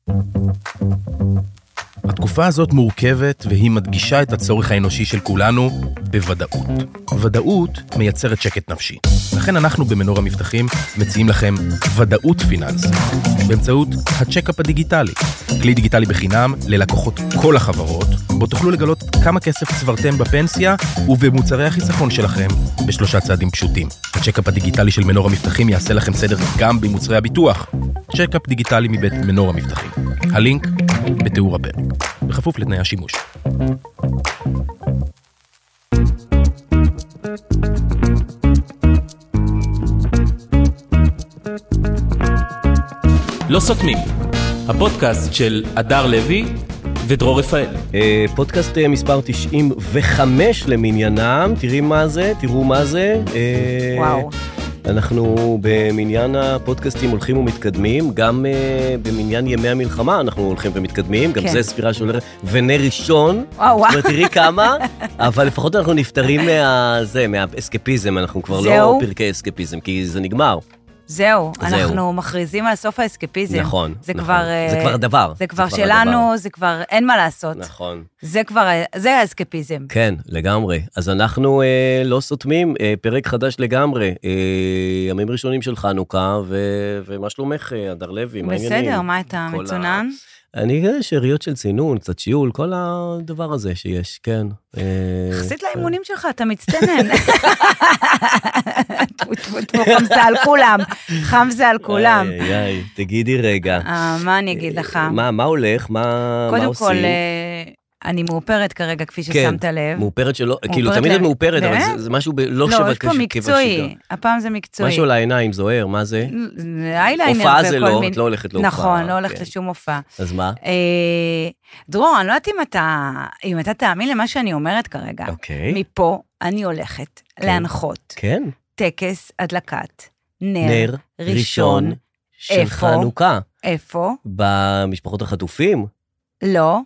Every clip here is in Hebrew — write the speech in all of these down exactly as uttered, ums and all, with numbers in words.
התקופה הזאת מורכבת והיא מדגישה את הצורך האנושי של כולנו בוודאות. ודאות מייצרת שקט נפשי. לכן אנחנו במנור המבטחים מציעים לכם ודאות פיננסית באמצעות הצ'קאפ הדיגיטלי. כלי דיגיטלי בחינם ללקוחות כל החברות, בו תוכלו לגלות כמה כסף צברתם בפנסיה ובמוצרי החיסכון שלכם בשלושה צעדים פשוטים. הצ'קאפ הדיגיטלי של מנור המבטחים יעשה לכם סדר גם במוצרי הביטוח. צ'קאפ דיגיטלי מבית מנור המבטחים. הלינק בתיאור הפרק. בכפוף לתנאי השימוש. לא סותמים, הפודקאסט של אדר לוי ודרור רפאל. פודקאסט מספר תשעים וחמש למניינם, תראי מה זה, תראו מה זה. וואו. אנחנו במניין הפודקאסטים הולכים ומתקדמים, גם uh, במניין ימי המלחמה אנחנו הולכים ומתקדמים, גם כן. זה ספירה שעולה ונר ראשון, וואו וואו. תראי כמה, אבל לפחות אנחנו נפטרים מה, זה, מהאסקפיזם, אנחנו כבר זהו? לא פרקי אסקפיזם, כי זה נגמר. זהו, זהו, אנחנו מכריזים על סוף האסקפיזם. נכון, זה נכון. כבר, זה כבר דבר. זה כבר זה שלנו, הדבר. זה כבר אין מה לעשות. נכון. זה כבר, זה האסקפיזם. כן, לגמרי. אז אנחנו אה, לא סותמים, אה, פרק חדש לגמרי, אה, ימים ראשונים של חנוכה, ו, ומה שלומך, אדר לוי, מה העניינים? בסדר, מה אתה מצונן? ה... אני שאריות של צינון, קצת שיעול, כל הדבר הזה שיש, כן. יחסית לאימונים שלך, אתה מצטנן. חם זה על כולם, חם זה על כולם. איי, תגידי רגע. מה אני אגיד לך? מה, מה הולך? מה עושים? קודם כל, אני מאופרת כרגע, כפי ששמת לב. מאופרת שלא, כאילו תמיד את מאופרת, אבל זה משהו לא שווה לא, יש פה מקצועי, הפעם זה מקצועי. משהו לעיניים זוהר, מה זה? אייליינר. הופעה זה לא, את לא הולכת להופעה. נכון, לא הולכת לשום הופעה. אז מה? דרור, אני לא יודעת אם אתה תאמין למה שאני אומרת כרגע. מפה אני הולכת להנחות. כן. טקס הדלקת נר ראשון של חנוכה. איפה? במשפחות החטופים? לא.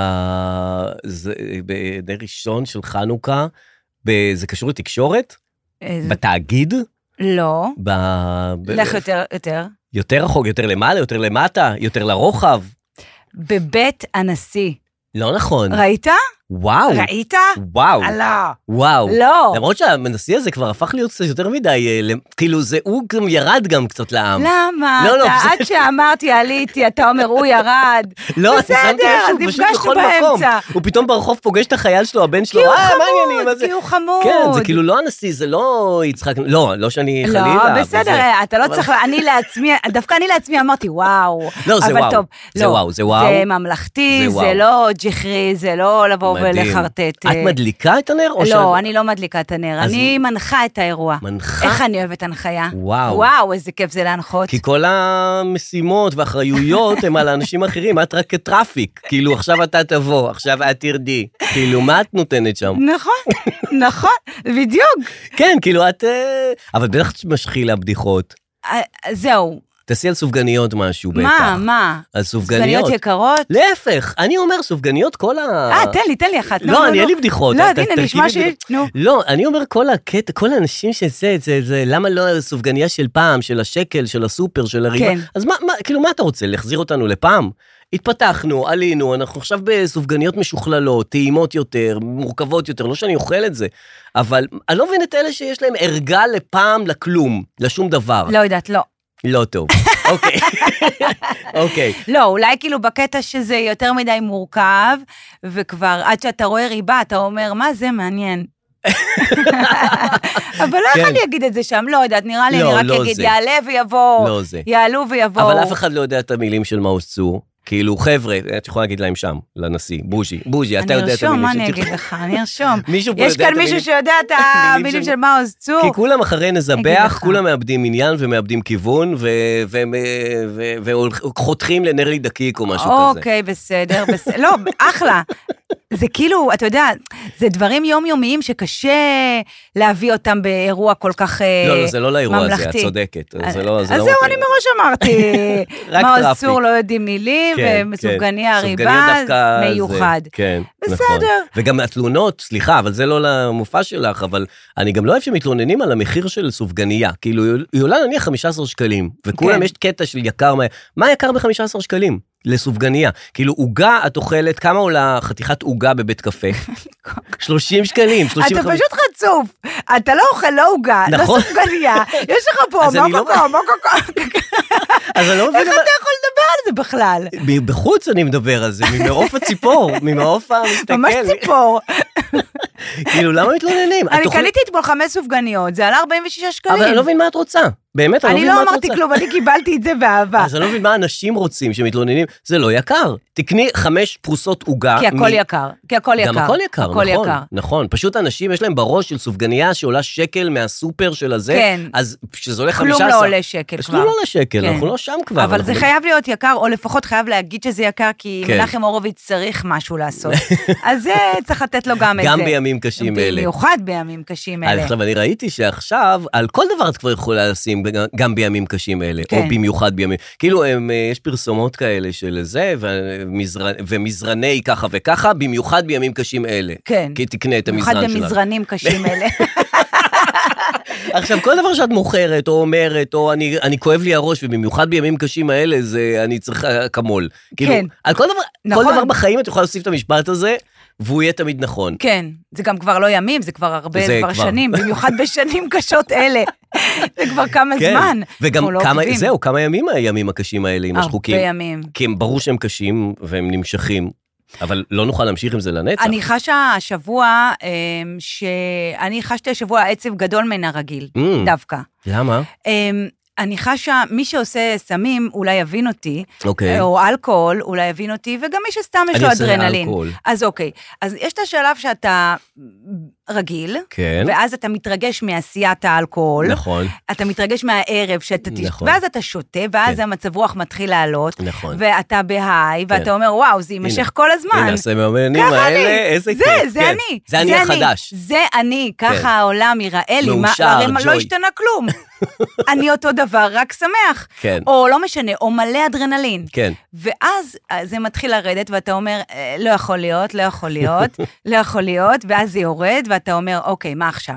בנר ראשון של חנוכה, זה קשור לתקשורת? בתאגיד? לא. לך יותר, יותר. יותר רחוק, יותר למעלה, יותר למטה, יותר לרוחב. בבית הנשיא. לא נכון. ראית? וואו. ראית? וואו. לא. וואו. לא. למרות שהנשיא הזה כבר הפך להיות קצת יותר מדי, כאילו זה, הוא גם ירד גם קצת לעם. למה? לא, לא, עד שאמרתי, עליתי, אתה אומר, הוא ירד. לא, בסדר, אז נפגשנו באמצע. הוא פתאום ברחוב פוגש את החייל שלו, הבן שלו. כי הוא חמוד, כי הוא חמוד. כן, זה כאילו לא הנשיא, זה לא יצחק, לא, לא שאני חלילה. לא, בסדר, אתה לא צריך, אני לעצמי, דווקא אני לעצמי אמרתי, וואו. לא, זה וואו. זה וואו, זה וואו. זה ממלכתי, זה לא ג'חרי, זה לא לבוא ולחרטט. את מדליקה את הנר? לא, אני לא מדליקה את הנר, אני מנחה את האירוע. מנחה? איך אני אוהבת הנחיה? וואו. וואו, איזה כיף זה להנחות. כי כל המשימות והאחריויות הם על האנשים האחרים, את רק כטראפיק, כאילו עכשיו אתה תבוא, עכשיו את תרדי, כאילו מה את נותנת שם? נכון, נכון, בדיוק. כן, כאילו את, אבל בטח משחילה בדיחות. זהו. תעשי על סופגניות משהו בטח. מה, מה? על סופגניות. סופגניות יקרות? להפך, אני אומר סופגניות כל ה... אה, תן לי, תן לי אחת. לא, אני אין לי בדיחות. לא, הנה, נשמע שיש, נו. לא, אני אומר כל הקטע, כל האנשים שזה, זה, זה, למה לא סופגניה של פעם, של השקל, של הסופר, של הריבה? כן. אז מה, כאילו, מה אתה רוצה? להחזיר אותנו לפעם? התפתחנו, עלינו, אנחנו עכשיו בסופגניות משוכללות, טעימות יותר, מורכבות יותר, לא שאני אוכל את זה, אבל אני לא מבין את אלה שיש להם ערגה לפעם, לכלום, לשום דבר. לא יודעת, לא. לא טוב, אוקיי, אוקיי. לא, אולי כאילו בקטע שזה יותר מדי מורכב, וכבר עד שאתה רואה ריבה, אתה אומר, מה זה מעניין? אבל לא איך אני אגיד את זה שם, לא יודעת, נראה לי, אני רק אגיד, יעלה ויבוא, יעלו ויבוא. אבל אף אחד לא יודע את המילים של מעוז צור, כאילו, חבר'ה, את יכולה להגיד להם שם, לנשיא, בוז'י, בוז'י, אתה יודע את המילים. אני ארשום, מה אני אגיד לך, אני ארשום. יש כאן מישהו שיודע את המילים של מעוז צור. כי כולם אחרי נזבח, כולם מאבדים עניין ומאבדים כיוון, וחותכים לנר דקיק או משהו כזה. אוקיי, בסדר, בסדר. לא, אחלה. זה כאילו, אתה יודע, זה דברים יומיומיים שקשה להביא אותם באירוע כל כך ממלכתי. לא, לא, זה לא לאירוע הזה, את צודקת. אז זהו, אני מראש אמרתי, מעוז צור לא יודעים מילים, ומסופגניה הריבה, מיוחד. כן, בסדר. וגם התלונות, סליחה, אבל זה לא למופע שלך, אבל אני גם לא אוהב שמתלוננים על המחיר של סופגניה, כאילו, היא עולה נניח חמישה עשר שקלים, וכולם יש קטע של יקר, מה יקר ב-חמישה עשר שקלים? לסופגניה. כאילו, עוגה, את אוכלת, כמה עולה חתיכת עוגה בבית קפה? שלושים שקלים, שלושים וחמש. אתה פשוט חצוף. אתה לא אוכל, לא עוגה, לא סופגניה. יש לך פה מוקוקו, מוקוקו. אז אני לא מבין... איך אתה יכול לדבר על זה בכלל? בחוץ אני מדבר על זה, ממעוף הציפור, ממעוף המסתכל. ממש ציפור. כאילו, למה מתלוננים? אני קניתי אתמול חמש סופגניות, זה עלה ארבעים ושישה שקלים. אבל אני לא מבין מה את רוצה. באמת, אני לא מבין מה את רוצה. אני לא אמרתי כלום, אני קיבלתי את זה באהבה. אז אני לא מבין מה אנשים רוצים שמתלוננים, זה לא יקר. תקני חמש פרוסות עוגה. כי הכל יקר, כי הכל יקר. גם הכל יקר, נכון, נכון. פשוט אנשים, יש להם בראש של סופגניה שעולה שקל מהסופר של הזה, כן. אז שזה עולה חמישה עשר. כלום לא עולה שקל כבר. כלום לא עולה שקל, אנחנו לא שם כבר. אבל זה חייב להיות יקר, או לפחות חייב להגיד שזה יקר, כי מנחם הורוביץ צריך משהו לעשות. אז זה צריך לתת לו גם את זה. גם בימים קשים אלה. במיוחד בימים קשים אלה. עכשיו, אני ראיתי שעכשיו, על כל דבר את כבר יכולה לשים, גם בימים קשים אלה, או במיוחד בימים. כאילו, יש פרסומות כאלה של זה, ומזרני ככה וככה, במיוחד בימים קשים אלה. כן. כי תקנה את המזרן שלנו. במיוחד במזרנים קשים אלה. עכשיו, כל דבר שאת מוכרת, או אומרת, או אני, אני כואב לי הראש, ובמיוחד בימים קשים האלה, זה אני צריכה כמול. כאילו, כן. על כל דבר, נכון. כל דבר בחיים את יכולה להוסיף את המשפט הזה, והוא יהיה תמיד נכון. כן, זה גם כבר לא ימים, זה כבר הרבה, זה כבר שנים, במיוחד בשנים קשות אלה. זה כבר כמה כן. זמן. וגם לא כמה, זהו, כמה ימים הימים הקשים האלה, עם השחוקים. הרבה ימים. כי הם ברור שהם קשים, והם נמשכים. אבל לא נוכל להמשיך עם זה לנצח. אני חשה השבוע, שאני חשתי השבוע עצב גדול מן הרגיל, דווקא. למה? אני חשה, מי שעושה סמים אולי יבין אותי, okay. או אלכוהול אולי יבין אותי, וגם מי שסתם יש לו אדרנלין. אז אוקיי, אז יש את השלב שאתה רגיל, כן. ואז אתה מתרגש מעשיית האלכוהול, נכון. אתה מתרגש מהערב, שאתה נכון. ואז אתה שותה, ואז כן. המצב רוח מתחיל לעלות, נכון. ואתה בהיי, כן. ואתה אומר, וואו, זה יימשך כל הזמן. הנה, הסממנים האלה, איזה זה, כיף. זה כן. אני. זה אני החדש. זה אני, ככה כן. העולם ייראה לי, מאושר, הרי ג'וי. לא השתנה כלום. אני אותו דבר, רק שמח. כן. או לא משנה, או מלא אדרנלין. כן. ואז זה מתחיל לרדת, ואתה אומר, לא יכול להיות, לא יכול להיות, לא יכול להיות, ואז זה יורד, ואתה אומר, אוקיי, מה עכשיו?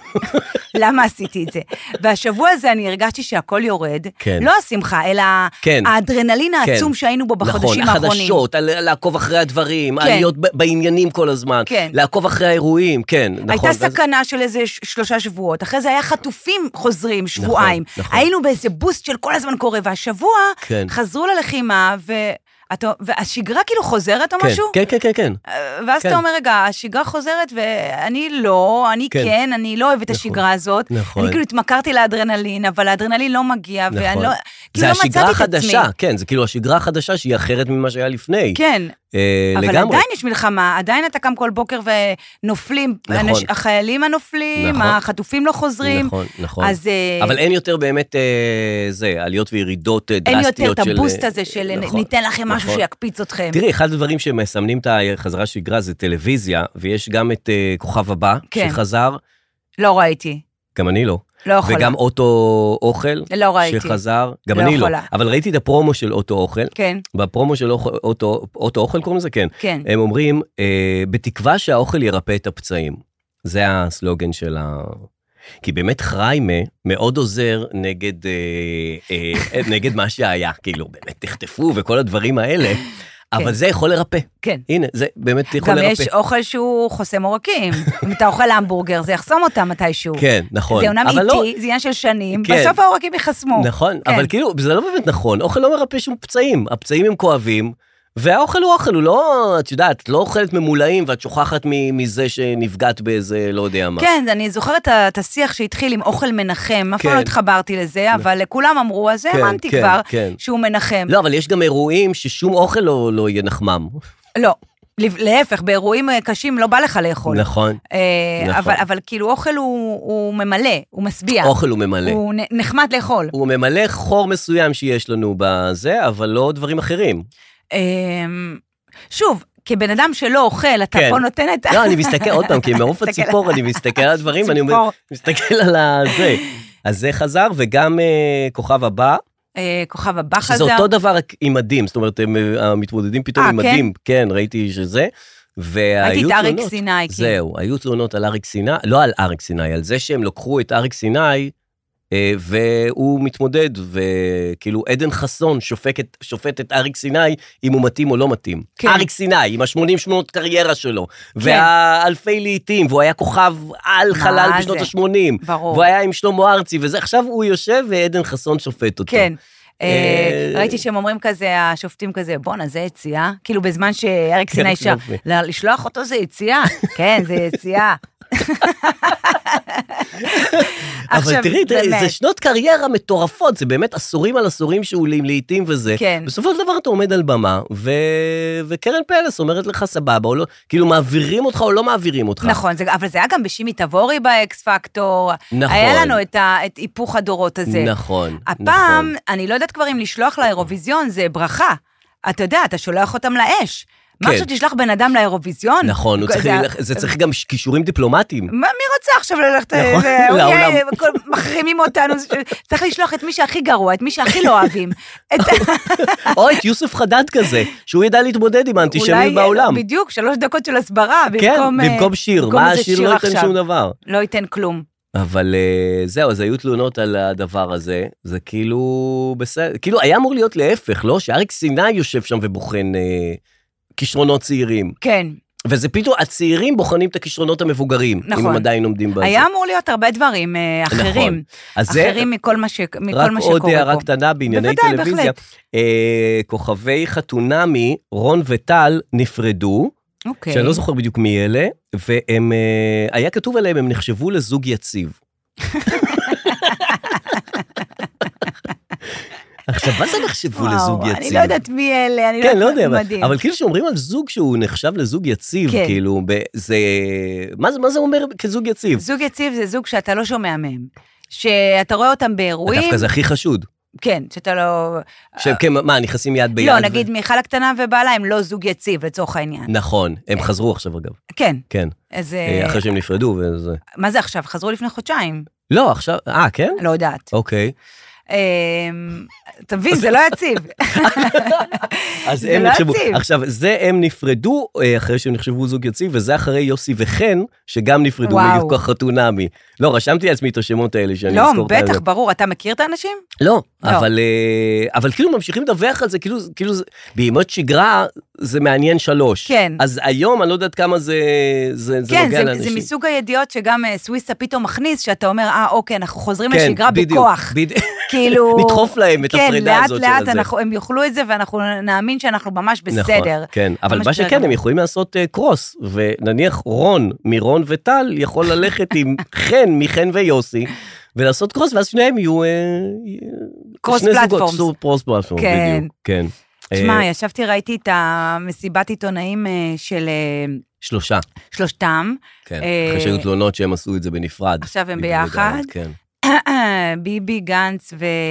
למה עשיתי את זה? והשבוע הזה אני הרגשתי שהכל יורד, כן. לא השמחה, אלא כן. האדרנלין העצום כן. שהיינו בו בחודשים נכון, האחרונים. החדשות, לעקוב אחרי הדברים, כן. להיות בעניינים כל הזמן, כן. לעקוב אחרי האירועים, כן, נכון. הייתה סכנה של איזה שלושה שבועות, אחרי זה היה חטופים חוזרים שבועיים, נכון, נכון. היינו באיזה בוסט של כל הזמן קורה, והשבוע כן. חזרו ללחימה, ו... אתה, והשגרה כאילו חוזרת או כן, משהו? כן, כן, כן, כן. ואז כן. אתה אומר, רגע, השגרה חוזרת, ואני לא, אני כן, כן אני לא אוהב את נכון, השגרה הזאת. נכון. אני כאילו התמכרתי לאדרנלין, אבל האדרנלין לא מגיע, נכון. ואני לא, זה כאילו לא מצאתי השגרה את החדשה, עצמי. כן, זה כאילו השגרה החדשה שהיא אחרת ממה שהיה לפני. כן. אה, אבל לגמרי. עדיין יש מלחמה, עדיין אתה קם כל בוקר ונופלים, נכון. אנש, החיילים הנופלים, נכון. החטופים לא חוזרים. נכון, נכון. אז, אבל אין יותר באמת, אה, זה, עליות וירידות דרסטיות של... אין יותר את הבוסט הזה של נכון, ניתן לכם משהו נכון. שיקפיץ אתכם. תראי, אחד הדברים שמסמנים את החזרה שגרה זה טלוויזיה, ויש גם את uh, כוכב הבא כן. שחזר. לא ראיתי. גם אני לא. לא יכולה. וגם אוטו אוכל לא ראיתי. שחזר. גם לא אני יכולה. לא. אבל ראיתי את הפרומו של אוטו אוכל. כן. בפרומו של אוטו, אוטו אוכל קוראים לזה? כן. כן. הם אומרים, אה, בתקווה שהאוכל ירפא את הפצעים. זה הסלוגן של ה... כי באמת חריימה מאוד עוזר נגד, אה, אה, נגד מה שהיה. כאילו, באמת תחטפו וכל הדברים האלה. אבל זה יכול לרפא. כן. הנה, זה באמת יכול לרפא. גם יש אוכל שהוא חוסם עורקים. אם אתה אוכל המבורגר, זה יחסום אותם מתישהו. כן, נכון. זה אומנם איטי, זה עניין של שנים, בסוף העורקים יחסמו. נכון, אבל כאילו, זה לא באמת נכון. אוכל לא מרפא שום פצעים. הפצעים הם כואבים, והאוכל הוא אוכל, הוא לא, את יודעת, את לא אוכלת ממולאים, ואת שוכחת מזה שנפגעת באיזה, לא יודע מה. כן, אני זוכרת את השיח שהתחיל עם אוכל מנחם, אף פעם לא התחברתי לזה, אבל כולם אמרו, אז האמנתי כבר שהוא מנחם. לא, אבל יש גם אירועים ששום אוכל לא יהיה נחמם. לא. להפך, באירועים קשים לא בא לך לאכול. נכון. אבל, אבל כאילו אוכל הוא, הוא ממלא, הוא משביע. אוכל הוא ממלא. הוא נחמד לאכול. הוא ממלא חור מסוים שיש לנו בזה, אבל לא דברים אחרים. שוב, כבן אדם שלא אוכל, אתה פה נותן את... לא, אני מסתכל עוד פעם, כי מעוף הציפור אני מסתכל על הדברים, ואני מסתכל על זה. אז זה חזר, וגם כוכב הבא. כוכב הבא חזר. שזה אותו דבר עם מדים, זאת אומרת, המתמודדים פתאום עם מדים, כן, ראיתי שזה. ראיתי את אריק סיני. זהו, היו תלונות על אריק סיני, לא על אריק סיני, על זה שהם לקחו את אריק סיני, והוא מתמודד, וכאילו עדן חסון שופט, שופט את אריק סיני, אם הוא מתאים או לא מתאים. כן. אריק סיני, עם ה-שמונים שנות קריירה שלו, כן. והאלפי לעיתים, והוא היה כוכב על חלל בשנות ה-שמונים, והוא היה עם שלמה ארצי, וזה, עכשיו הוא יושב, ועדן חסון שופט אותו. כן. ראיתי שהם אומרים כזה, השופטים כזה, בוא זה יציאה, כאילו בזמן שאריק סיני אישה, לשלוח אותו זה יציאה, כן, זה יציאה. אבל תראי, זה שנות קריירה מטורפות, זה באמת עשורים על עשורים שעולים לעיתים וזה. בסופו של דבר אתה עומד על במה, וקרן פלס אומרת לך סבבה, כאילו מעבירים אותך או לא מעבירים אותך. נכון, אבל זה היה גם בשימי תבורי באקס פקטור, היה לנו את היפוך הדורות הזה. נכון. הפעם, אני לא יודעת כבר אם לשלוח לאירוויזיון, זה ברכה. אתה יודע, אתה שולח אותם לאש. מה שתשלח בן אדם לאירוויזיון? נכון, זה צריך גם קישורים דיפלומטיים. מי רוצה עכשיו ללכת? לעולם. מחרימים אותנו, צריך לשלוח את מי שהכי גרוע, את מי שהכי לא אוהבים. או את יוסף חדד כזה, שהוא ידע להתמודד עם האנטישמיות בעולם. בדיוק, שלוש דקות של הסברה, במקום שיר, מה השיר לא ייתן שום דבר. לא ייתן כלום. אבל זהו, אז היו תלונות על הדבר הזה, זה כאילו בסדר, כאילו היה אמור להיות להפך, לא? שאריק סיני יושב שם ובוחן כישרונות צעירים. כן. וזה פתאום, הצעירים בוחנים את הכישרונות המבוגרים, נכון. אם הם עדיין עומדים בזה. היה אמור להיות הרבה דברים uh, אחרים, נכון. אחרים זה, מכל מה, ש, מכל מה שקורה פה. רק עוד הערה קטנה בענייני בוודאי, טלוויזיה. Uh, כוכבי חתונמי, רון וטל נפרדו, okay. שאני לא זוכר בדיוק מי אלה, והם, uh, היה כתוב עליהם, הם נחשבו לזוג יציב. עכשיו, מה זה נחשבו לזוג יציב? אני לא יודעת מי אלה, אני כן, לא יודע, מדהים. אבל כאילו שאומרים על זוג שהוא נחשב לזוג יציב, כן. כאילו, זה... מה, מה זה אומר כזוג יציב? זוג יציב זה זוג שאתה לא שומע מהם. שאתה רואה אותם באירועים... דווקא זה הכי חשוד. כן, שאתה לא... שכן, מה, נכנסים יד ביד? לא, נגיד, מיכל הקטנה ובעלה הם לא זוג יציב, לצורך העניין. נכון, הם חזרו עכשיו, אגב. כן. כן. אחרי שהם נפרדו וזה... מה זה עכשיו? חזרו לפני חודשיים. לא, עכשיו... אה, כן? לא יודעת. אוקיי. תבין, זה לא יציב. אז הם נחשבו, עכשיו, זה הם נפרדו אחרי שהם נחשבו זוג יציב, וזה אחרי יוסי וחן, שגם נפרדו מכוח חתונמי. לא, רשמתי לעצמי את השמות האלה שאני אזכור אותם. לא, בטח, ברור, אתה מכיר את האנשים? לא, אבל כאילו ממשיכים לדווח על זה, כאילו בימות שגרה זה מעניין שלוש. כן. אז היום אני לא יודעת כמה זה נוגע לאנשים. כן, זה מסוג הידיעות שגם סוויסה פתאום מכניס, שאתה אומר, אה, אוקיי, אנחנו חוזרים לשגרה בכוח. כאילו... נדחוף להם את הפרידה הזאת של הזה. לאט לאט הם יאכלו את זה, ואנחנו נאמין שאנחנו ממש בסדר. כן, אבל מה שכן, הם יכולים לעשות קרוס, ונניח רון, מרון וטל, יכול ללכת עם חן, מחן ויוסי, ולעשות קרוס, ואז שניהם יהיו... קרוס פלטפורמס. קרוס פלטפורמס, בדיוק, כן. תשמע, ישבתי, ראיתי את המסיבת עיתונאים של... שלושה. שלושתם. כן, אחרי שהיו תלונות שהם עשו את זה בנפרד. עכשיו הם ביחד. כן. ביבי, גנץ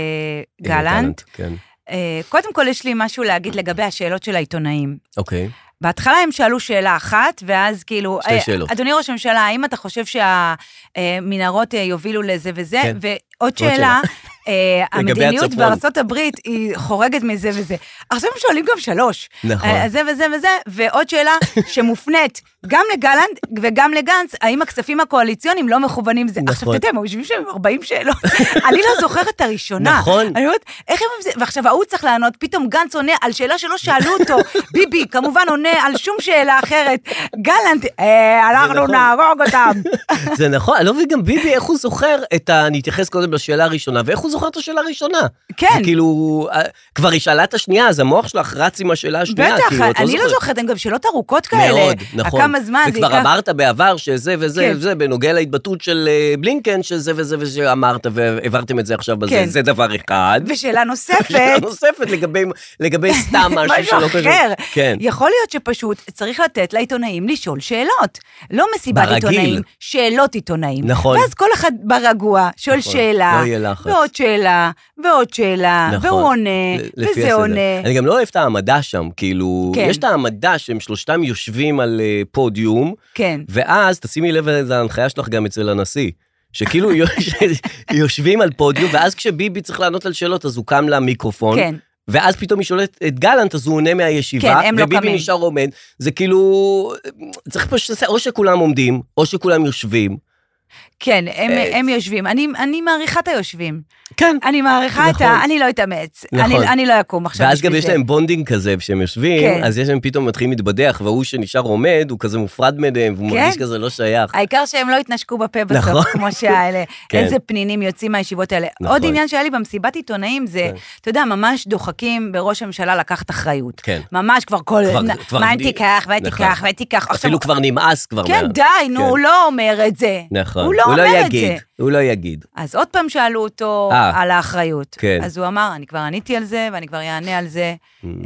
וגלנט. כן. קודם כל יש לי משהו להגיד לגבי השאלות של העיתונאים. אוקיי. בהתחלה הם שאלו שאלה אחת, ואז כאילו... שתי שאלות. אדוני ראש הממשלה, האם אתה חושב שהמנהרות יובילו לזה וזה? כן. ועוד שאלה, המדיניות בארצות הברית היא חורגת מזה וזה. עכשיו הם שואלים גם שלוש. נכון. זה וזה וזה, ועוד שאלה שמופנית גם לגלנט וגם לגנץ, האם הכספים הקואליציוניים לא מכוונים זה. עכשיו, אתה יודע, הם יושבים שם עם ארבעים שאלות. אני לא זוכרת את הראשונה. נכון. אני אומרת, איך הם... זה? ועכשיו, ההוא צריך לענות, פתאום גנץ עונה על שאלה שלא שאלו אותו. ביבי, כמובן עונה על שום שאלה אחרת. גלנט, אנחנו נהרוג אותם. זה נכון, אני לא מבין גם ביבי, איך הוא זוכר את ה... אני אתייחס קודם לשאלה הראשונה, ואיך הוא זוכר את השאלה הראשונה. כן. כאילו, כבר היא שאלה את השנייה, אז המוח שלך רץ עם השאלה השנייה. בטח, אני לא זוכרת, הן גם שאלות ארוכות כאלה. מאוד, נכון. כמה זמן זה ייקח... וכבר אמרת בעבר שזה וזה וזה, בנוגע להתבטאות של בלינקן, שזה וזה וזה שאמרת, והעברתם את זה עכשיו בזה, זה דבר אחד. ושאלה נוספת... ושאלה נוספת לגבי סתם משהו שלא קשור. משהו אחר. יכול להיות שפשוט צריך לתת לעיתונאים לשאול שאלות. לא מסיבת עיתונאים, שאלות עיתונאים. נכון. ואז כל אחד ברגוע שואל שאלה, ועוד שאלה, ועוד שאלה, והוא עונה, וזה עונה. אני גם לא אוהב את העמדה שם, כאילו, יש את העמדה שהם שלושתם יושבים על פודיום, ואז תשימי לב את ההנחיה שלך גם אצל הנשיא, שכאילו יושבים על פודיום, ואז כשביבי צריך לענות על שאלות, אז הוא קם למיקרופון, ואז פתאום היא שואלת את גלנט, אז הוא עונה מהישיבה, וביבי נשאר עומד, זה כאילו, צריך פשוט, או שכולם עומדים, או שכולם יושבים, כן, הם, הם יושבים. אני, אני מעריכה את היושבים. כן. אני מעריכה נכון. את ה... אני לא אתאמץ. נכון. אני, אני לא אקום עכשיו. ואז גם יש להם בונדינג כזה, כשהם יושבים, כן. אז יש להם פתאום מתחילים להתבדח, והוא שנשאר עומד, הוא כזה מופרד מהם, והוא כן. מרגיש כזה לא שייך. העיקר שהם לא התנשקו בפה בסוף, נכון. כמו שהאלה. כן. איזה פנינים יוצאים מהישיבות האלה. נכון. עוד עניין שהיה לי במסיבת עיתונאים, זה, כן. אתה יודע, ממש דוחקים בראש הממשלה לקחת אחריות. כן. ממש כבר כל... כבר- נ- כבר- מה אם תיקח, מה נכון. תיקח, מה תיקח. אפילו כבר נמאס כבר. כן, מה- די, נו, כן. הוא לא אומר את זה. נכון. הוא לא אומר את יגיד, זה. הוא לא יגיד. אז עוד פעם שאלו אותו אה. על האחריות. כן. אז הוא אמר, אני כבר עניתי על זה, ואני כבר אענה על זה.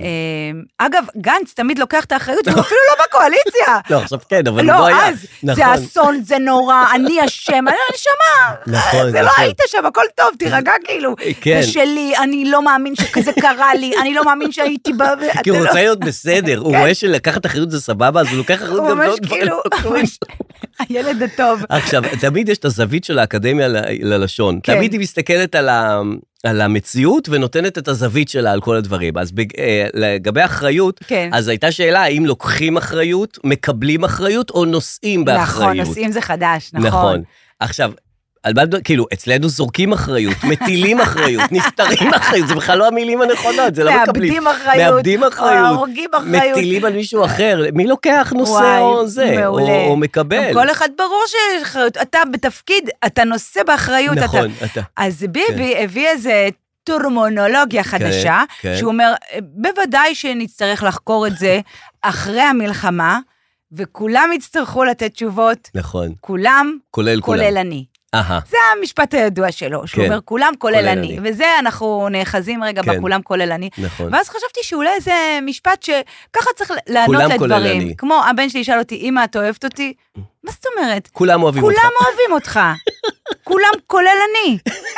אגב, גנץ תמיד לוקח את האחריות, והוא אפילו לא בקואליציה. לא, עכשיו כן, אבל הוא לא, לא היה. אז, נכון. זה אסון, זה נורא, אני אשם, אני נשמה. נכון, זה לא נכון. היית שם, הכל טוב, תירגע כאילו. כן. זה שלי, אני לא מאמין שכזה קרה לי, אני לא מאמין שהייתי ב... כי הוא אתה לא- רוצה להיות בסדר, הוא רואה שלקחת אחריות זה סבבה, אז הוא לוקח אחריות הוא גם ממש לעוד דברים כאילו, לא קשורים. הילד הטוב. עכשיו, תמיד יש את הזווית של האקדמיה ל- ללשון. כן. תמיד היא מסתכלת על ה... על המציאות ונותנת את הזווית שלה על כל הדברים. אז בג... אה, לגבי אחריות, כן. אז הייתה שאלה האם לוקחים אחריות, מקבלים אחריות או נושאים באחריות. נכון, נושאים זה חדש, נכון. נכון. עכשיו, על מה, כאילו, אצלנו זורקים אחריות, מטילים אחריות, נפטרים אחריות, זה בכלל לא המילים הנכונות, זה לא מקבלים. מאבדים אחריות, מאבדים אחריות, הורגים אחריות. מטילים על מישהו אחר, מי לוקח נושא וואי, או זה, מעולה. או, או מקבל. כל אחד ברור שיש אחריות, אתה בתפקיד, אתה נושא באחריות. נכון, אתה... אתה. אז ביבי כן. הביא איזה טורמונולוגיה חדשה, כן. שהוא אומר, בוודאי שנצטרך לחקור את זה אחרי המלחמה, וכולם יצטרכו לתת תשובות, נכון. כולם, כולל כולם. כולל אני. אהה. זה המשפט הידוע שלו, שהוא כן. אומר, כולם כולל כולל אני. אני. וזה אנחנו נאחזים רגע כן. בכולם כולל אני. נכון. ואז חשבתי שאולי זה משפט שככה צריך לענות כולם כולל לדברים. אני. כמו הבן שלי שאל אותי, אמא, את אוהבת אותי? מה זאת אומרת? כולם אוהבים אותך. כולם אוהבים אותך. כולם כולל אני.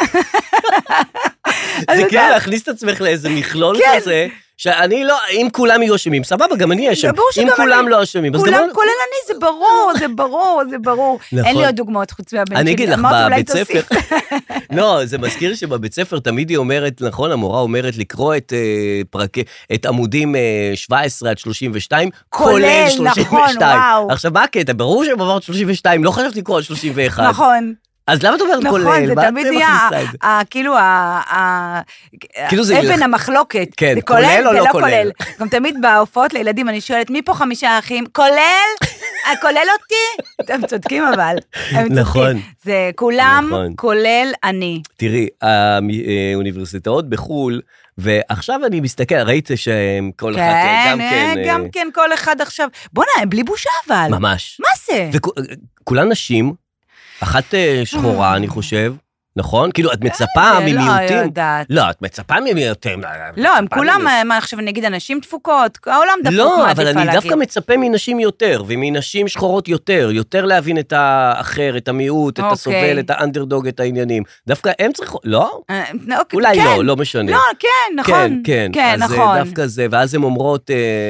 זה כאילו להכניס את עצמך לאיזה מכלול כן. כזה, שאני לא, אם כולם יהיו אשמים, סבבה, גם אני אשם. ברור שגם אם כולם אני. לא אשמים, אז גם כולם אני... כולל אני, זה ברור, זה ברור, זה ברור. נכון. אין לי עוד דוגמאות חוץ מהבן שלי. אני אגיד לך, אמרת, אולי בבית ספר, תוסיף. לא, זה מזכיר שבבית ספר תמיד היא אומרת, נכון, המורה אומרת לקרוא את אה, פרקי, את עמודים אה, שבע עשרה עד שלושים ושתיים, כולל שלושים ושתיים. נכון, וואו. עכשיו, מה הקטע? ברור שהם עברת שלושים ושתיים, לא חשבתי לקרוא על שלושים ואחת. נכון. אז למה את אומרת כולל? נכון, זה מה תמיד את נהיה, מכניסה את זה? ה- כאילו, ה- ה- כאילו זה אבן ילך- המחלוקת. כן, זה כולל או זה לא לא כולל? כולל. גם תמיד בהופעות לילדים אני שואלת, מי פה חמישה אחים? כולל? אה, כולל אותי? הם צודקים אבל. הם נכון. צודקים. זה כולם, נכון. כולל אני. תראי, האוניברסיטאות בחול, ועכשיו אני מסתכל, ראית שהם כל אחד כן, גם כן... אה, גם כן, כל אחד עכשיו. בוא נע, הם בלי בושה אבל. ממש. מה זה? וכולן נשים, אחת אה, שחורה, אני חושב, נכון? כאילו, את מצפה לא ממיעוטים? יודעת. לא, את מצפה ממיעוטים. לא, הם מצפה כולם, ממיעוטים. מה עכשיו נגיד אנשים דפוקות, העולם דפוק, לא, מעדיפה אבל להגיד. אני דווקא מצפה מנשים יותר, ומנשים שחורות יותר, יותר להבין את האחר, את המיעוט, את אוקיי. הסובל, את האנדרדוג, את העניינים. דווקא הם צריכות, לא? אה, אוקיי, אולי כן. לא, לא משנה. לא, כן, נכון. כן, כן. כן, אז נכון. אז דווקא זה, ואז הן אומרות,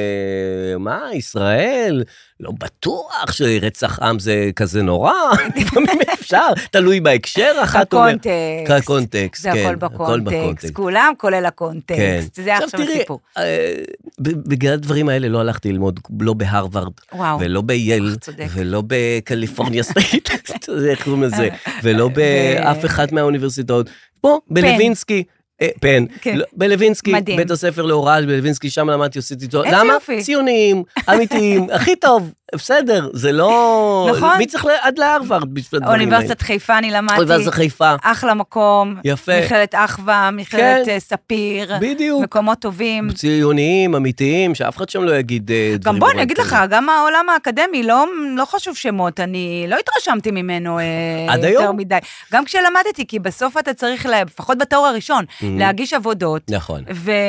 אה, מה, ישראל? לא בטוח שרצח עם זה כזה נורא, לפעמים אפשר, תלוי בהקשר, אחת אומרת. הקונטקסט. הקונטקסט, זה כן. הכל בקונטקסט. כולם כולל הקונטקסט. זה עכשיו עכשיו תראי, הסיפור. אה, ב- בגלל הדברים האלה לא הלכתי ללמוד, לא בהרווארד, וואו. ולא בייל, צודק. ולא בקליפורניה סטייט, איך קוראים לזה, ולא באף אחת מהאוניברסיטאות. פה, בלווינסקי. אה, פן, כן. לא, בלווינסקי, מדהים. בית הספר להוראה בלווינסקי, שם למדתי, עשיתי טוב. איזה למה? יופי. ציונים, אמיתיים, הכי טוב, בסדר, זה לא... נכון. מי צריך ל- עד להרווארד בשביל הדברים האלה? אוניברסיטת חיפה אני למדתי. אוניברסיטת חיפה. אחלה מקום. יפה. מכללת אחווה, מכללת כן. אה, ספיר. בדיוק. מקומות טובים. ציוניים, אמיתיים, שאף אחד שם לא יגיד אה, דברים. גם בוא, אני נוראיים אגיד כאלה. לך, גם העולם האקדמי לא, לא חשוב שמות, אני לא התרשמתי ממנו אה, עד יותר היום? מדי. גם כשלמדתי, כי בסוף אתה צריך, לה, לפחות בתואר הראשון, להגיש עבודות, נכון.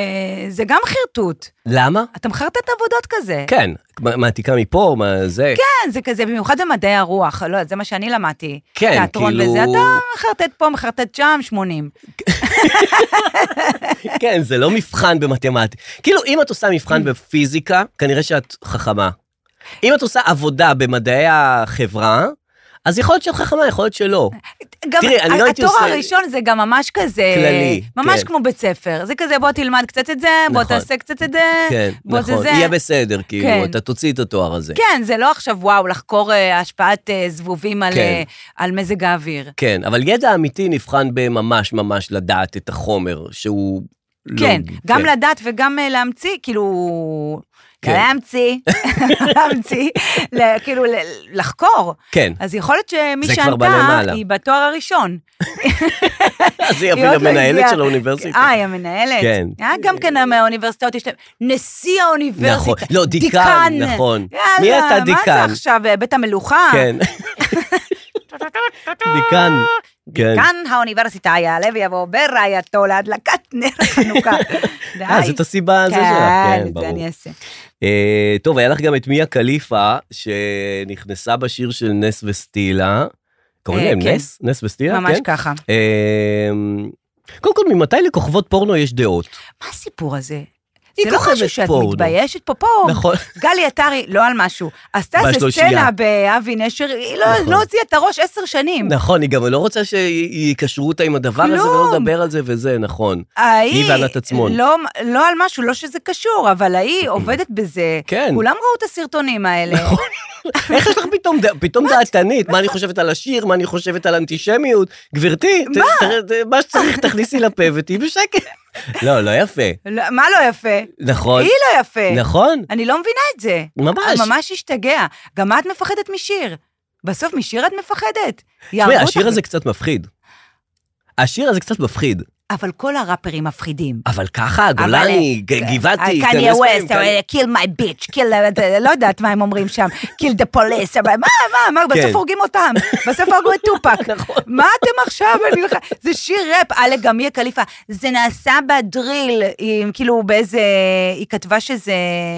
וזה גם חרטוט. למה? אתה מחרטט עבודות כזה. כן, מה- מעתיקה מפה, מה זה? כן, זה כזה, במיוחד במדעי הרוח, לא, זה מה שאני למדתי. כן, תיאטרון כאילו- וזה, אתה מחרטט פה, מחרטט שם, שמונים. כן, זה לא מבחן במתמטיקה. כאילו, אם את עושה מבחן בפיזיקה, כנראה שאת חכמה. אם את עושה עבודה במדעי החברה, אז יכול להיות שאת חכמה, יכול להיות שלא. גם תראי, אני לא הייתי התואר עושה... הראשון זה גם ממש כזה... כללי, ממש כן. כמו בית ספר. זה כזה, בוא תלמד קצת את זה, בוא נכון. תעשה קצת את זה. כן, בוא נכון. זה. יהיה בסדר, כאילו, כן. אתה תוציא את התואר הזה. כן, זה לא עכשיו, וואו, לחקור אה, השפעת אה, זבובים על, כן. אה, על מזג האוויר. כן, אבל ידע אמיתי נבחן בממש ממש לדעת את החומר, שהוא... כן, לא, גם כן. לדעת וגם אה, להמציא, כאילו... כן. להמציא, להמציא, ל- כאילו ל- לחקור. כן. אז יכול להיות שמי זה כבר שענתה, בלמעלה. היא בתואר הראשון. אז היא היא אפילו עוד לא המנהלת הגיעה. של האוניברסיטה. אה, היא המנהלת. כן. אה, גם כן מהאוניברסיטאות יש להם, נשיא האוניברסיטה. נכון, לא, דיקן, נכון. מי יאללה, אתה דיקן? מה זה עכשיו, בית המלוכה? כן. דיקן. כן. דיקן האוניברסיטה יעלה ויבוא ברעייתו להדלקת נר חנוכה. די. אה, זאת הסיבה הזו שלך. כן, כן, את ברור. זה אני אעשה. אה, טוב, היה לך גם את מיה קליפה, שנכנסה בשיר של נס וסטילה. קוראים אה, להם כן. נס? נס וסטילה? ממש כן? ככה. אה, קודם כל, ממתי לכוכבות פורנו יש דעות? מה הסיפור הזה? היא זה לא כוכבת משהו שאת פורנו. מתביישת פה, פה. נכון. גלי עטרי, לא על משהו. עשתה איזה בשלושייה. סצנה באבי נשר, היא לא- נכון. לא הוציאה את הראש עשר שנים. נכון, היא גם לא רוצה שיקשרו אותה עם הדבר הזה, כלום. ולא לדבר על זה וזה, נכון. ההיא, היא וענת עצמון. לא, לא על משהו, לא שזה קשור, אבל ההיא עובדת בזה. כן. כולם ראו את הסרטונים האלה. נכון. איך יש לך פתאום, ד- פתאום דעתנית? מה אני חושבת על השיר, מה אני חושבת על אנטישמיות? גברתי, ת- ת- ת- מה שצריך תכניסי לפה ותהי בשקט. לא, לא יפה. לא, מה לא יפה? נכון. היא לא יפה. נכון. אני לא מבינה את זה. ממש. ממש השתגע. גם את מפחדת משיר. בסוף משיר את מפחדת. תשמעי, יהרגו השיר אותך. הזה קצת מפחיד. השיר הזה קצת מפחיד. אבל כל הראפרים מפחידים. אבל ככה, גולני, ג- גבעתי, קניה כנס ווסט, בהם, kill my bitch, kill, לא יודעת מה הם אומרים שם, kill the police, אבל מה, מה, מה, כן. בסוף הורגים אותם, בסוף הרגו את טופק. מה אתם עכשיו, אני לך, זה שיר ראפ, אלה גם מיה קליפה, זה נעשה בדריל, היא כאילו באיזה, היא כתבה שזה,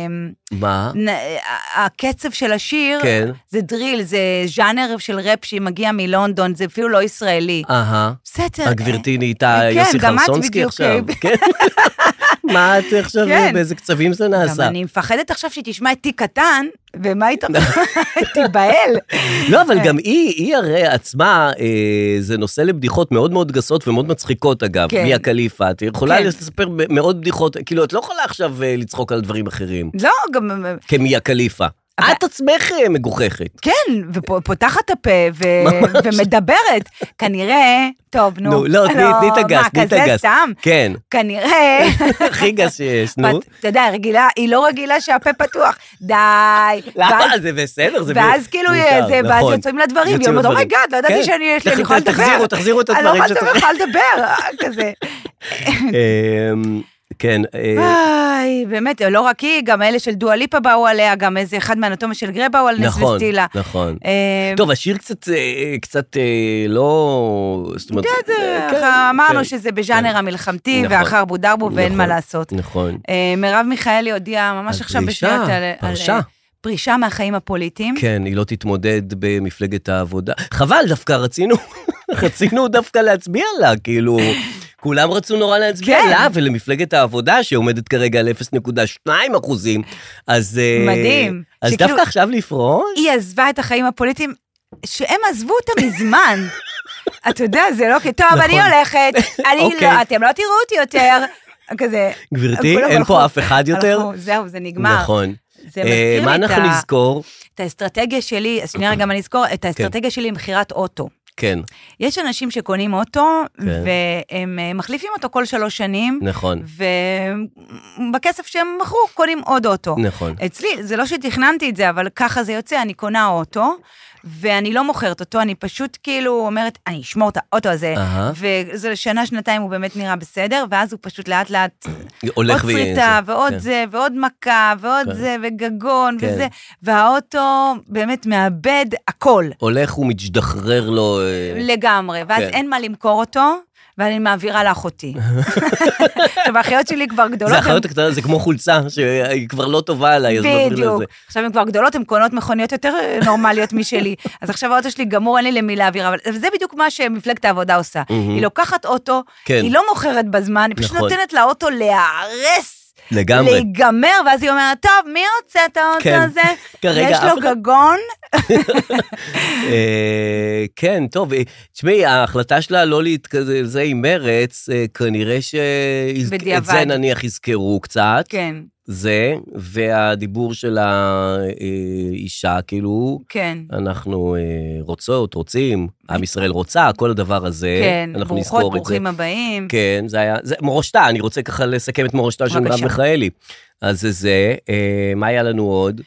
מה? נ- הקצב של השיר, כן. זה דריל, זה ז'אנר של ראפ שמגיע מלונדון, זה אפילו לא ישראלי. אהה. בסדר. הגברתי נהייתה כן, יוסי גם את חרסונסקי בדיוק, עכשיו. כן. מה את עכשיו, כן. באיזה קצבים זה גם נעשה? אני מפחדת עכשיו שהיא תשמע את תיק קטן, ומה היא תיבהל. לא, אבל כן. גם היא, היא הרי עצמה, אה, זה נושא לבדיחות מאוד מאוד גסות ומאוד מצחיקות, אגב, כן. מיה קליפה. את יכולה כן. לספר מאוד בדיחות, כאילו, את לא יכולה עכשיו אה, לצחוק על דברים אחרים, לא, גם, כמיה קליפה. אבל- את עצמך אה, מגוחכת. כן, ופותחת את הפה ו- ממש. ומדברת. כנראה, טוב, נו. נו, לא, תני תני את הגס, תני את מה, כזה הגס. סתם? כן, כנראה, הכי גס שיש, נו. ואת- אתה יודע, רגילה, היא לא רגילה שהפה פתוח. די. למה? ואז- זה בסדר, זה ואז כאילו, מותר, זה- ואז נכון. יוצאים לה דברים, היא יוצאים אומרת, לה אומייגאד, דברים. לא ידעתי כן. שאני יש לי, אני תח- יכולה לדבר. תחזירו, תחזירו את אני הדברים לא שצריך. יכולה לדבר, כזה. אמ, כן, אה, איי, באמת, לא רק היא, גם אלה של דואה ליפה באו עליה, גם איזה אחד מהאנטומיה של גרי באו על נס נכון, וסטילה. נכון. אה, טוב, השיר קצת, אה, קצת אה, לא... זאת אומרת, אה, כן, אמרנו כן. שזה בז'אנר המלחמתי, נכון. ואחר בודרבו, ואין נכון, מה לעשות. נכון. אה, מרב מיכאלי הודיעה ממש על עכשיו פרישה, בשניות על... על, פרשה. אה, פרישה מהחיים הפוליטיים. כן, היא לא תתמודד במפלגת העבודה. חבל, דווקא רצינו, רצינו דווקא להצביע לה, כאילו, כולם רצו נורא להצביע כן. לה, ולמפלגת העבודה, שעומדת כרגע על אפס נקודה שתיים אחוזים, אז... אה, מדהים. אז שכאילו- דווקא עכשיו לפרוש? היא עזבה את החיים הפוליטיים, שהם עזבו אותה מזמן. אתה יודע, זה לא... טוב, נכון. אני הולכת, אני אוקיי. לא, אתם לא תראו אותי יותר. כזה... גברתי, כולם אין הלכו- פה אף אחד יותר? הלכו, זהו, זה נגמר. נכון. זה אה, מזכיר מה לי את אנחנו ה- נזכור? את האסטרטגיה שלי, אז שנייה רגע מה נזכור, את האסטרטגיה שלי למכירת אוטו. כן, יש אנשים שקונים אוטו, כן. והם אה, מחליפים אותו כל שלוש שנים, נכון, ובכסף שהם מכרו, קונים עוד אוטו. נכון. אצלי, זה לא שתכננתי את זה, אבל ככה זה יוצא, אני קונה אוטו, ואני לא מוכרת אותו, אני פשוט כאילו אומרת, אני אשמור את האוטו הזה, אהה. וזה לשנה, שנתיים הוא באמת נראה בסדר, ואז הוא פשוט לאט לאט, הולך עוד ויהיה צריטה, זה. ועוד כן. זה, ועוד מכה, ועוד כן. זה, וגגון, כן. וזה, והאוטו באמת מאבד הכל, הולך ומשתחרר לו... אה, לגמרי, ואז כן. אין מה למכור אותו, ואני מעבירה לאחותי. עכשיו, האחיות שלי כבר גדולות. זה הן- אחיות הקטנה, זה כמו חולצה, שהיא כבר לא טובה עליי, אז מעביר בדיוק. לזה. עכשיו הן כבר גדולות, הן קונות מכוניות יותר נורמליות משלי. אז עכשיו האוטו שלי גמור, אין לי למי להעביר, אבל זה בדיוק מה שמפלגת העבודה עושה. היא לוקחת אוטו, כן. היא לא מוכרת בזמן, היא פשוט נכון. נותנת לאוטו להיהרס לגמרי. להיגמר, ואז היא אומרת, טוב, מי רוצה את האוטו כן. הזה? כרגע יש אף לו אחד- גגון. אה, כן, טוב, אה, תשמעי, ההחלטה שלה לא להתכזה עם מרץ, אה, כנראה שאת בדיעבד. זה נניח יזכרו קצת, כן, זה, והדיבור של האישה, כאילו, כן. אנחנו אה, רוצות, רוצים, עם ישראל רוצה, כל הדבר הזה, כן, אנחנו ברוכות, נזכור את זה. ברוכים הבאים. כן, זה היה, זה מורשתה, אני רוצה ככה לסכם את מורשתה של מרב בבקשה. מיכאלי. אז זה זה, אה, מה היה לנו עוד?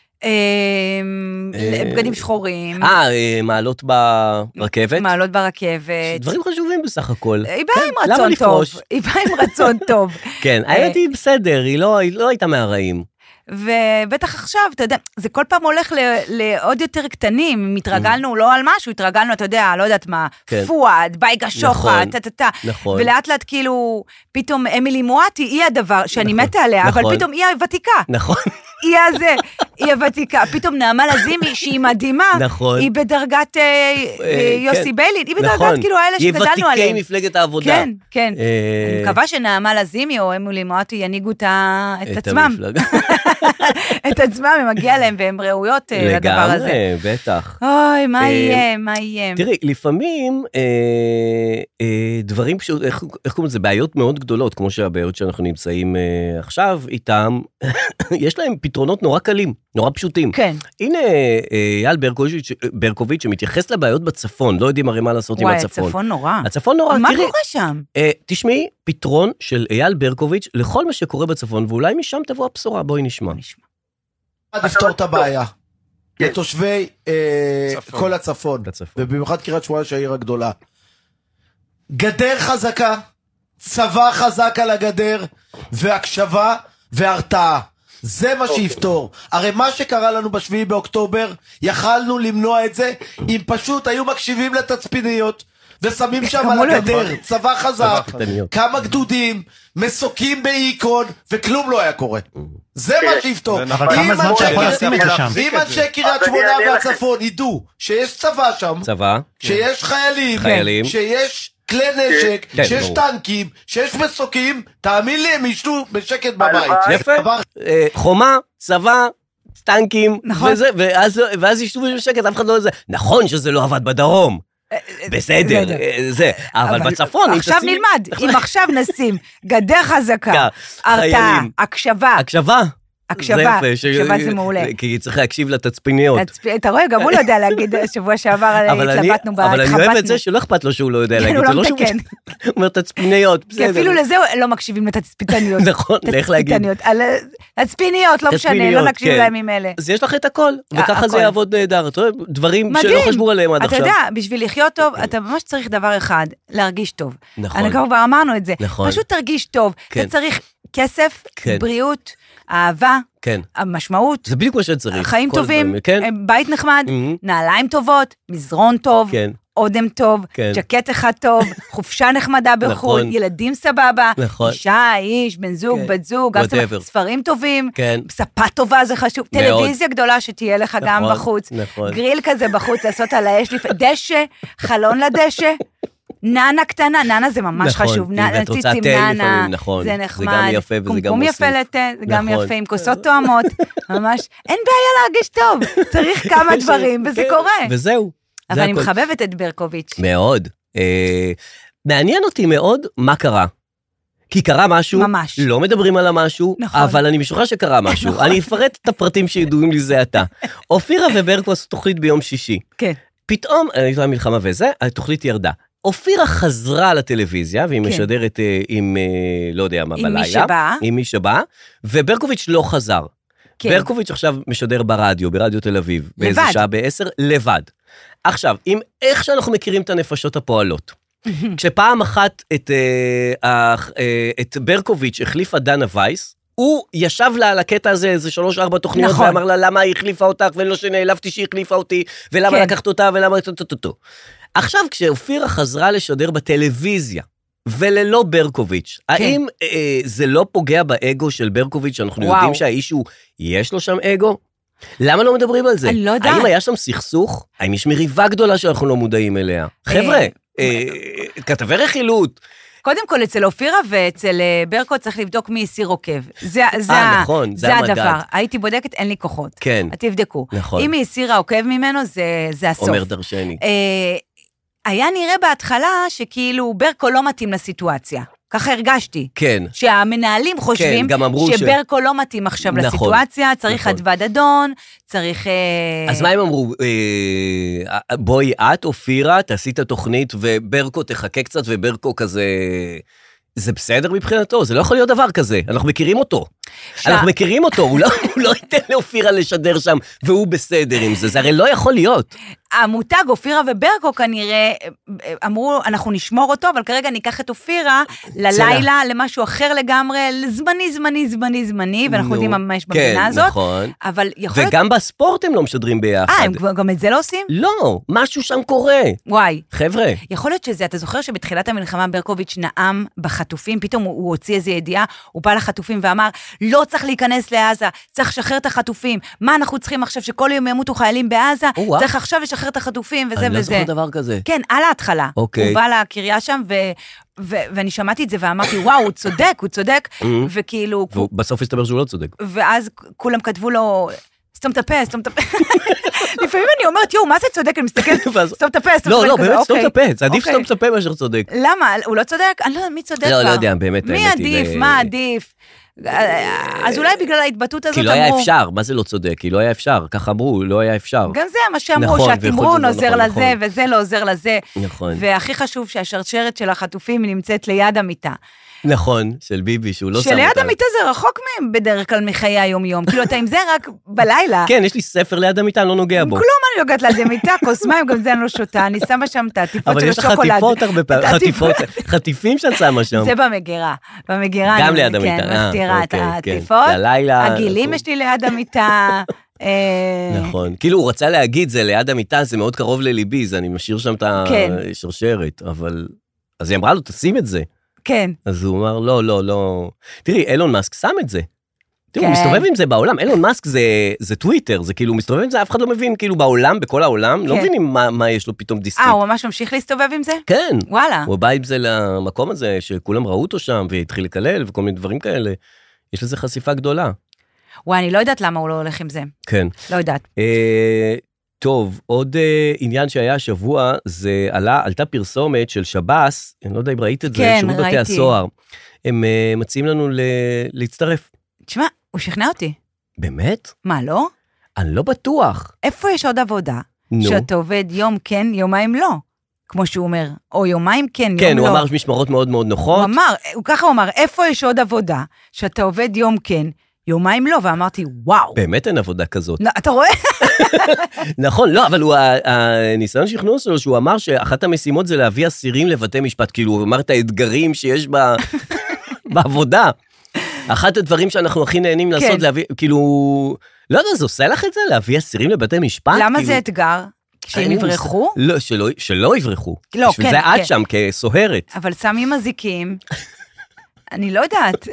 אמ, אה, בגדים שחורים. אה, אה, מעלות ברכבת? מעלות ברכבת. דברים חשובים בסך הכל. היא באה עם למה רצון טוב. לפרוש? היא באה עם רצון טוב. כן, האמת היא בסדר, היא לא היא לא הייתה מהרעים. ובטח עכשיו, אתה יודע, זה כל פעם הולך ל- לעוד יותר קטנים, אם התרגלנו לא על משהו, התרגלנו, אתה יודע, לא יודעת מה, כן. פואד, בייגה שוחד, נכון, טה-טה-טה. נכון. ולאט לאט כאילו, פתאום אמילי מואטי, היא הדבר שאני מתה עליה, אבל נכון. פתאום היא הוותיקה. נכון, היא הזה, היא הוותיקה. פתאום נעמה לזימי, שהיא מדהימה, נכון. היא בדרגת אה, אה, יוסי כן. ביילין, היא בדרגת נכון. כאילו האלה היא שגדלנו ותיקי עליהם. מפלגת העבודה. כן, כן. אה, אני מקווה שנעמה לזימי או אמילי מואטי ינהיגו את ה- את את עצמם. המפלגה. את עצמם, הם מגיע להם והם ראויות אה, לדבר הזה. לגמרי, בטח. אוי, מה אה, יהיה, מה יהיה. תראי, לפעמים אה, אה, דברים פשוט, איך, איך קוראים לזה, בעיות מאוד גדולות, כמו שהבעיות שאנחנו נמצאים אה, עכשיו איתם, יש להם פתרונות נורא קלים, נורא פשוטים. כן. הנה אה, אייל ברקוביץ', ברקוביץ' שמתייחס לבעיות בצפון, לא יודעים הרי מה לעשות וואי, עם הצפון. הצפון נורא. הצפון נורא, מה תראי. קורה שם? אה, תשמעי, פתרון של אייל ברקוביץ' לכל מה שקורה בצפון, ואולי משם תבוא הבשורה, בואי נשמע. נשמע. לפתור את הבעיה. לתושבי אה, צפון. כל הצפון, בצפון. ובמיוחד קריית שמונה שהעיר הגדולה. גדר חזקה, צבא חזק על הגדר, והקשבה והרתעה. זה מה שיפתור. הרי מה שקרה לנו בשביעי באוקטובר, יכלנו למנוע את זה, אם פשוט היו מקשיבים לתצפיניות, ושמים שם על הגדר, צבא חזק, קטניות. כמה גדודים, מסוקים באיקון, וכלום לא היה קורה. זה מה שיפתור. אבל אם כמה זמן אנשי אתה יכול קריית- לשים את זה שם? אם אנשי קריית אז אני שמונה אענה לכם. והצפון ידעו שיש צבא שם, צבא, שיש חיילים, חיילים. שיש כלי נשק, כן, שיש ברור. טנקים, שיש מסוקים, תאמין לי, הם ישנו בשקט בבית. הלוואי. יפה. דבר- אה, חומה, צבא, טנקים, נכון. וזה, ואז, ואז ישבו בשקט, אף אחד לא זה. נכון שזה לא עבד בדרום. בסדר, בסדר. אה, זה, אבל בצפון, אם עכשיו תשימי- נלמד, אם עכשיו נשים גדר חזקה, כן, הרתעה, חיילים. הקשבה, הקשבה. הקשבה, זה יפה, ש- הקשבה זה מעולה. כי צריך להקשיב לתצפיניות. להצפ- אתה רואה, גם הוא לא יודע להגיד, שבוע שעבר אבל אני, התלבטנו, אבל אני אוהב את התחבטנו. זה שלא אכפת לו שהוא לא יודע כן, להגיד. הוא זה לא שהוא- מתקן. הוא אומר תצפיניות, כי בסדר. אפילו לזה לא מקשיבים לתצפיתניות. נכון, לך להגיד. תצפיתניות, על- תצפיניות, לא משנה, לא תצפיניות, נקשיב כן. להם עם אלה. אז יש לך את הכל, וככה זה הכל. יעבוד נהדר. אתה יודע, דברים שלא מדהים. חשבו עליהם עד אתה עכשיו. יודע, בשביל לחיות טוב, אתה ממש צריך דבר אחד, להרגיש טוב. נכון. אני כבר אמרנו את זה. נכון. פשוט תרגיש טוב. כן. אתה צריך כסף, כן. בריאות, אהבה, כן. המשמעות, זה בדיוק מה שצריך. חיים כל טובים, הדברים, כן. אה, בית נחמד, Mhm. נעליים טובות, מזרון טוב, כן. אודם טוב, כן. ג'קט אחד טוב, חופשה נחמדה בחו"ל, נכון. ילדים סבבה, נכון. אישה, איש, בן זוג, כן. בת זוג, גם Whatever. סבבה, ספרים טובים, כן. ספה טובה זה חשוב, מאוד. טלוויזיה גדולה שתהיה לך גם נכון, בחוץ, נכון. גריל כזה בחוץ, לעשות על האש, לפ- דשא, חלון לדשא, ננה קטנה, ננה זה ממש נכון, חשוב, אם ננה, את רוצה ציצים תה ננה, לפעמים, נכון. זה זה נחמד, גם יפה וזה גם קומקום יפה מוסיף. לתה, זה גם נכון. יפה, עם כוסות תואמות, ממש, אין בעיה להרגיש טוב, צריך כמה דברים, וזה כן, קורה. וזהו. אבל זה אני הכל. מחבבת את ברקוביץ'. מאוד. אה, מעניין אותי מאוד מה קרה. כי קרה משהו, ממש. לא מדברים על המשהו, נכון. אבל אני משוכנע שקרה משהו. נכון. אני אפרט את הפרטים שידועים לי זה עתה. אופירה וברקו עשו תוכנית ביום שישי. כן. פתאום, הייתה מלחמה וזה, התוכנית ירדה. אופירה חזרה לטלוויזיה, והיא כן. משדרת אה, עם, אה, לא יודע מה, עם בלילה. מי שבא. עם מי שבא. וברקוביץ' לא חזר. כן. ברקוביץ' עכשיו משדר ברדיו, ברדיו תל אביב. באיזה לבד. שעה בעשר, לבד. עכשיו, עם איך שאנחנו מכירים את הנפשות הפועלות, כשפעם אחת את, אה, אה, אה, את ברקוביץ' החליפה דנה וייס, הוא ישב לה על הקטע הזה איזה שלוש ארבע תוכניות, נכון. ואמר לה למה היא החליפה אותך, ולא שנעלבתי שהיא החליפה אותי, ולמה כן. לקחת אותה, ולמה... טו-טו-טו. עכשיו, כשאופירה חזרה לשדר בטלוויזיה, וללא ברקוביץ', האם אה, זה לא פוגע באגו של ברקוביץ', שאנחנו וואו. יודעים שהאיש הוא, יש לו שם אגו? למה לא מדברים על זה? אני לא יודעת. האם היה שם סכסוך? האם יש מריבה גדולה שאנחנו לא מודעים אליה? חבר'ה, אה, כתבי רכילות, קודם כל, אצל אופירה ואצל ברקו צריך לבדוק מי הסיר עוקב. זה, זה, אה, נכון, זה המדד. הדבר. הייתי בודקת, אין לי כוחות. כן. תבדקו. נכון. אם היא הסירה עוקב ממנו, זה, זה הסוף. אומר דרשני. אה, היה נראה בהתחלה שכאילו ברקו לא מתאים לסיטואציה. ככה הרגשתי. כן. שהמנהלים חושבים כן, גם אמרו ש- שברקו לא מתאים עכשיו נכון, לסיטואציה, צריך נכון. אדוה דדון, צריך... אה, אז מה הם אמרו? אה, בואי את, אופירה, תעשי את התוכנית, וברקו תחכה קצת, וברקו כזה... זה בסדר מבחינתו, זה לא יכול להיות דבר כזה, אנחנו מכירים אותו. ש- אנחנו מכירים אותו, הוא לא, הוא לא ייתן לאופירה לשדר שם, והוא בסדר עם זה, זה הרי לא יכול להיות. המותג, אופירה וברקו כנראה, אמרו, אנחנו נשמור אותו, אבל כרגע ניקח את אופירה ללילה, למשהו אחר לגמרי, זמני, זמני, זמני, זמני, ואנחנו נו, יודעים מה יש כן, במדינה הזאת. נכון. אבל יכול להיות... וגם בספורט הם לא משדרים ביחד. אה, הם גם את זה לא עושים? לא, משהו שם קורה. וואי. חבר'ה. יכול להיות שזה, אתה זוכר שבתחילת המלחמה ברקוביץ' נאם בחטופים, פתאום הוא, הוא הוציא איזו ידיעה, הוא בא לחטופים ואמר, לא צריך להיכנס לעזה, צריך לשחרר את החטופים. מה אנחנו צריכים עכשיו שכל יום ימותו חיילים בעזה? או, צריך עכשיו לשחרר את החטופים וזה אני לא וזה. זוכר דבר כזה. כן, על ההתחלה. אוקיי. הוא בא לקריה שם ו... ו- ואני שמעתי את זה ואמרתי, וואו, הוא צודק, הוא צודק, וכאילו, ובסוף הסתבר שהוא לא צודק. ואז כולם כתבו לו, סתום את הפה, סתום את הפה. לפעמים אני אומרת, יואו, מה זה צודק? אני מסתכלת, סתום את הפה, סתום את הפה. לא, לא, באמת סתום את אוקיי. הפה, זה עדיף אוקיי. סתום את הפה מאשר צודק. למה? הוא לא צודק? אני לא יודע, מי צודק לא, כבר? לא יודע, באמת, מי האמת היא, עדיף? ל- מה עדיף? אז אולי בגלל ההתבטאות הזאת כי לא היה אפשר, מה זה לא צודק? כי לא היה אפשר, ככה אמרו, לא היה אפשר. גם זה מה שאמרו, נכון, שהתמרון ויכול- עוזר נכון, לזה, נכון. וזה לא עוזר לזה. נכון. והכי חשוב שהשרשרת של החטופים נמצאת ליד המיטה. נכון, של ביבי, שהוא לא שם שליד אותה. המיטה זה רחוק מהם בדרך כלל מחיי היום-יום. כאילו, אתה עם זה רק בלילה. כן, יש לי ספר ליד המיטה, אני לא נוגע בו. כלום אני יוגעת ליד המיטה, כוס מים, גם זה אני לא שותה, אני שמה שם את העטיפות אבל של יש לך השוקולד. חטיפות הרבה פעמים, את העטיפות. חטיפות, חטיפים שאת שמה שם. זה במגירה. במגירה גם אני, ליד כן, המיטה, אה, מסתירה את אוקיי, כן. העטיפות. ללילה- הגילים יש לי ליד המיטה. אה, נכון. כאילו הוא רצה להגיד, זה ליד המיטה, זה מאוד קרוב לליבי, זה אני משאיר שם את כן. השרשרת, אבל... אז היא אמרה לו, תשים את זה. כן. אז הוא אמר, לא, לא, לא. תראי, אילון מאסק שם את זה. תראו, הוא כן. מסתובב עם זה בעולם. אילון מאסק זה, זה טוויטר, זה כאילו, הוא מסתובב עם זה, אף אחד לא מבין, כאילו בעולם, בכל העולם, לא כן. מבינים מה, מה יש לו פתאום דיסקית. אה, הוא ממש ממשיך להסתובב עם זה? כן. וואלה. הוא בא עם זה למקום הזה, שכולם ראו אותו שם, והתחיל לקלל, וכל מיני דברים כאלה. יש לזה חשיפה גדולה. וואי, אני לא יודעת למה הוא לא הולך עם זה. כן. לא יודעת. אה, טוב, עוד אה, עניין שהיה השבוע, זה עלה, עלתה פרסומת של שב"ס, אני לא יודע אם ראית את זה, כן, שירות בתי ראיתי. הסוהר. הם אה, מציעים לנו ל- להצטרף. תשמע, הוא שכנע אותי. באמת? מה, לא? אני לא בטוח. איפה יש עוד עבודה? נו. שאתה עובד יום כן, יומיים לא. כמו שהוא אומר, או יומיים כן, יום לא. כן, הוא אמר משמרות מאוד מאוד נוחות. הוא אמר, הוא ככה הוא אמר, איפה יש עוד עבודה שאתה עובד יום כן, יומיים לא, ואמרתי, וואו. באמת אין עבודה כזאת. לא, אתה רואה? נכון, לא, אבל הוא, ה- הניסיון שכנוע שלו, שהוא אמר שאחת המשימות זה להביא אסירים לבתי משפט, כאילו, הוא אמר את האתגרים שיש ב- בעבודה. אחת הדברים שאנחנו הכי נהנים לעשות, כן. להביא, כאילו, לא יודע, זה עושה לך את זה, להביא אסירים לבתי משפט? למה כאילו, זה אתגר? שהם אין לי מושג. יברחו? לא, שלא, שלא יברחו. לא, בשביל כן, זה כן. את שם כסוהרת. אבל שמים מזיקים. אני לא יודעת.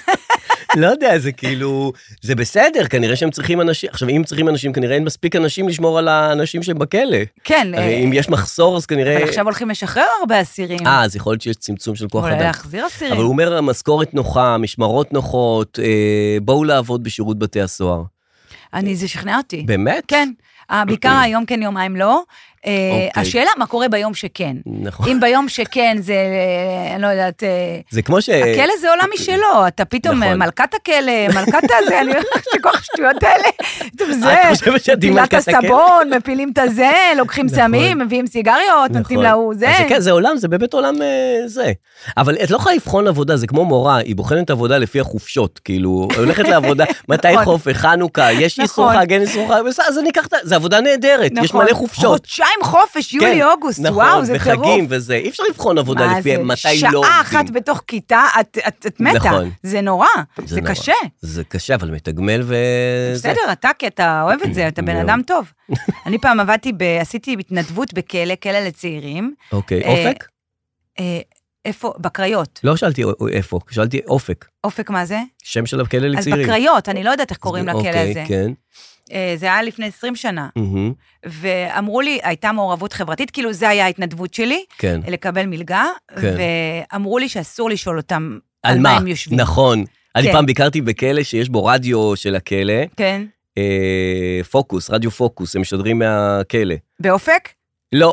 לא יודע, זה כאילו, זה בסדר, כנראה שהם צריכים אנשים, עכשיו, אם צריכים אנשים, כנראה אין מספיק אנשים לשמור על האנשים שבכלא. כן. הרי אה, אם יש מחסור, אז כנראה... אבל עכשיו הולכים לשחרר הרבה אסירים. אה, אז יכול להיות שיש צמצום של כוח אולי אדם. להחזיר אסירים. אבל הוא אומר, המשכורת נוחה, משמרות נוחות, אה, בואו לעבוד בשירות בתי הסוהר. אני, זה שכנע אותי. באמת? כן. אה, בעיקר היום כן, יומיים לא. אה, אוקיי. השאלה, מה קורה ביום שכן? נכון. אם ביום שכן זה, אה, אני לא יודעת, אה, זה כמו ש... הכלא זה עולם משלו, אתה פתאום נכון. מלכת הכלא, מלכת הזה, אני אומרת שכל השטויות האלה, טוב זה, את חושבת שאת עם מפילת מלכת הכלא? הסבון, מפילים את הזה, לוקחים נכון. סמים, מביאים סיגריות, נותנים להוא, זה. אז כן, זה עולם, זה באמת עולם אה, זה. אבל את לא יכולה לבחון עבודה, זה כמו מורה, היא בוחנת עבודה לפי החופשות, כאילו, הולכת לעבודה, מתי נכון. חופש, חנוכה, יש איסור נכון. חג, אין איסור חג, בסדר, אז אני אקח את זה, זה עבודה נהדרת, יש נכון. מלא חופשות. חודשיים חופש, יולי, כן, אוגוסט, נכון, וואו, זה טירוף. וחגים וזה, אי אפשר לבחון עבודה מה לפי זה? מתי לא שעה עובדים. אחת בתוך כיתה, את, את, את מתה. נכון. זה נורא, זה, נורא. קשה. זה קשה, אבל מתגמל ו... זה. בסדר, אתה, כי אתה אוהב את זה, אתה בן מאוד. אדם טוב. אני פעם עבדתי, ב, עשיתי התנדבות בכלא, כלא לצעירים. אוקיי, אה, אופק? אה, איפה? בקריות. לא שאלתי איפה, שאלתי אופק. אופק מה זה? שם של הכלא אז לצעירים. בקריות, אני לא יודעת איך קוראים לכלא אוקיי, הזה. כן. זה היה לפני עשרים שנה. מהמם. ואמרו לי, הייתה מעורבות חברתית, כאילו זה היה ההתנדבות שלי, כן. לקבל מלגה, כן. ואמרו לי שאסור לשאול אותם על על מה? מה הם יושבים. נכון. אני כן. פעם ביקרתי בכלא שיש בו רדיו של הכלא, כן. אה, פוקוס, רדיו פוקוס, הם משדרים מהכלא. באופק? לא.